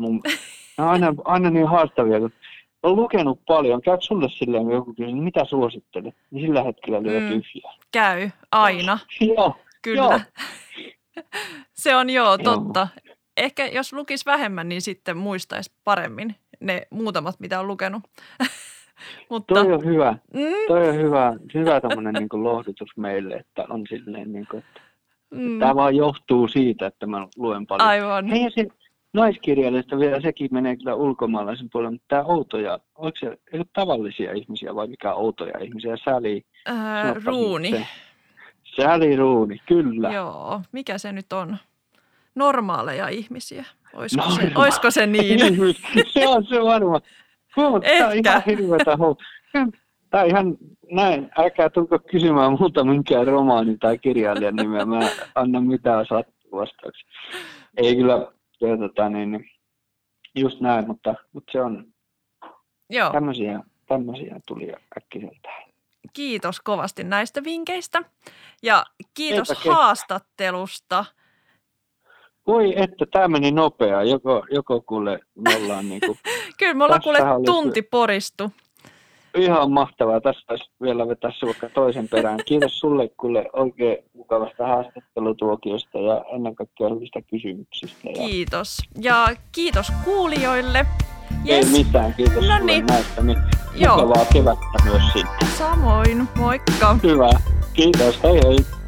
Aina niin haastavia, kun olen lukenut paljon. Käy sulle silleen, kun joku kysyy, mitä suosittelet? Niin sillä hetkellä lyö tyhjää. Käy, aina. Joo. Kyllä. Joo. Se on totta. Ehkä jos lukisi vähemmän, niin sitten muistaisi paremmin ne muutamat, mitä on lukenut. Mutta... Toi on hyvä. Toi on hyvä tämmöinen niin kuin lohdutus meille, että on silleen, niin kuin, että tämä vaan johtuu siitä, että mä luen paljon. Aivan. Hei, ja se naiskirjailijasta vielä, sekin menee kyllä ulkomaalaisen puolelle, mutta tämä outoja, oliko se tavallisia ihmisiä vai mikä outoja ihmisiä? Ruuni. Sally Rooney, kyllä. Joo, mikä se nyt on? Normaaleja ihmisiä. Olisiko se niin? Se on se varmaan. Tämä on ihan hirveätä Tämä on ihan näin. Älkää tulko kysymään multa minkään romaanin tai kirjailijan nimeä. Mä annan mitään sattua vastauksia. Ei kyllä, just näin, mutta se on tämmöisiä tuli äkkiseltä. Kiitos kovasti näistä vinkkeistä ja kiitos haastattelusta. Voi että, tämä meni nopeaa. Joko kuule, me ollaan niinku... Kyllä, me ollaan kuule tunti poristu. Ihan mahtavaa. Tässä taisi vielä vetää se vaikka toisen perään. Kiitos sulle kuule oikein mukavasta haastattelutuokiosta ja ennen kaikkea hyvistä kysymyksistä. Kiitos. Ja kiitos kuulijoille. Yes. Ei mitään, kiitos sulle näistä. Niin mukavaa kevättä myös sinne. Samoin, moikka. Hyvä. Kiitos, hei hei.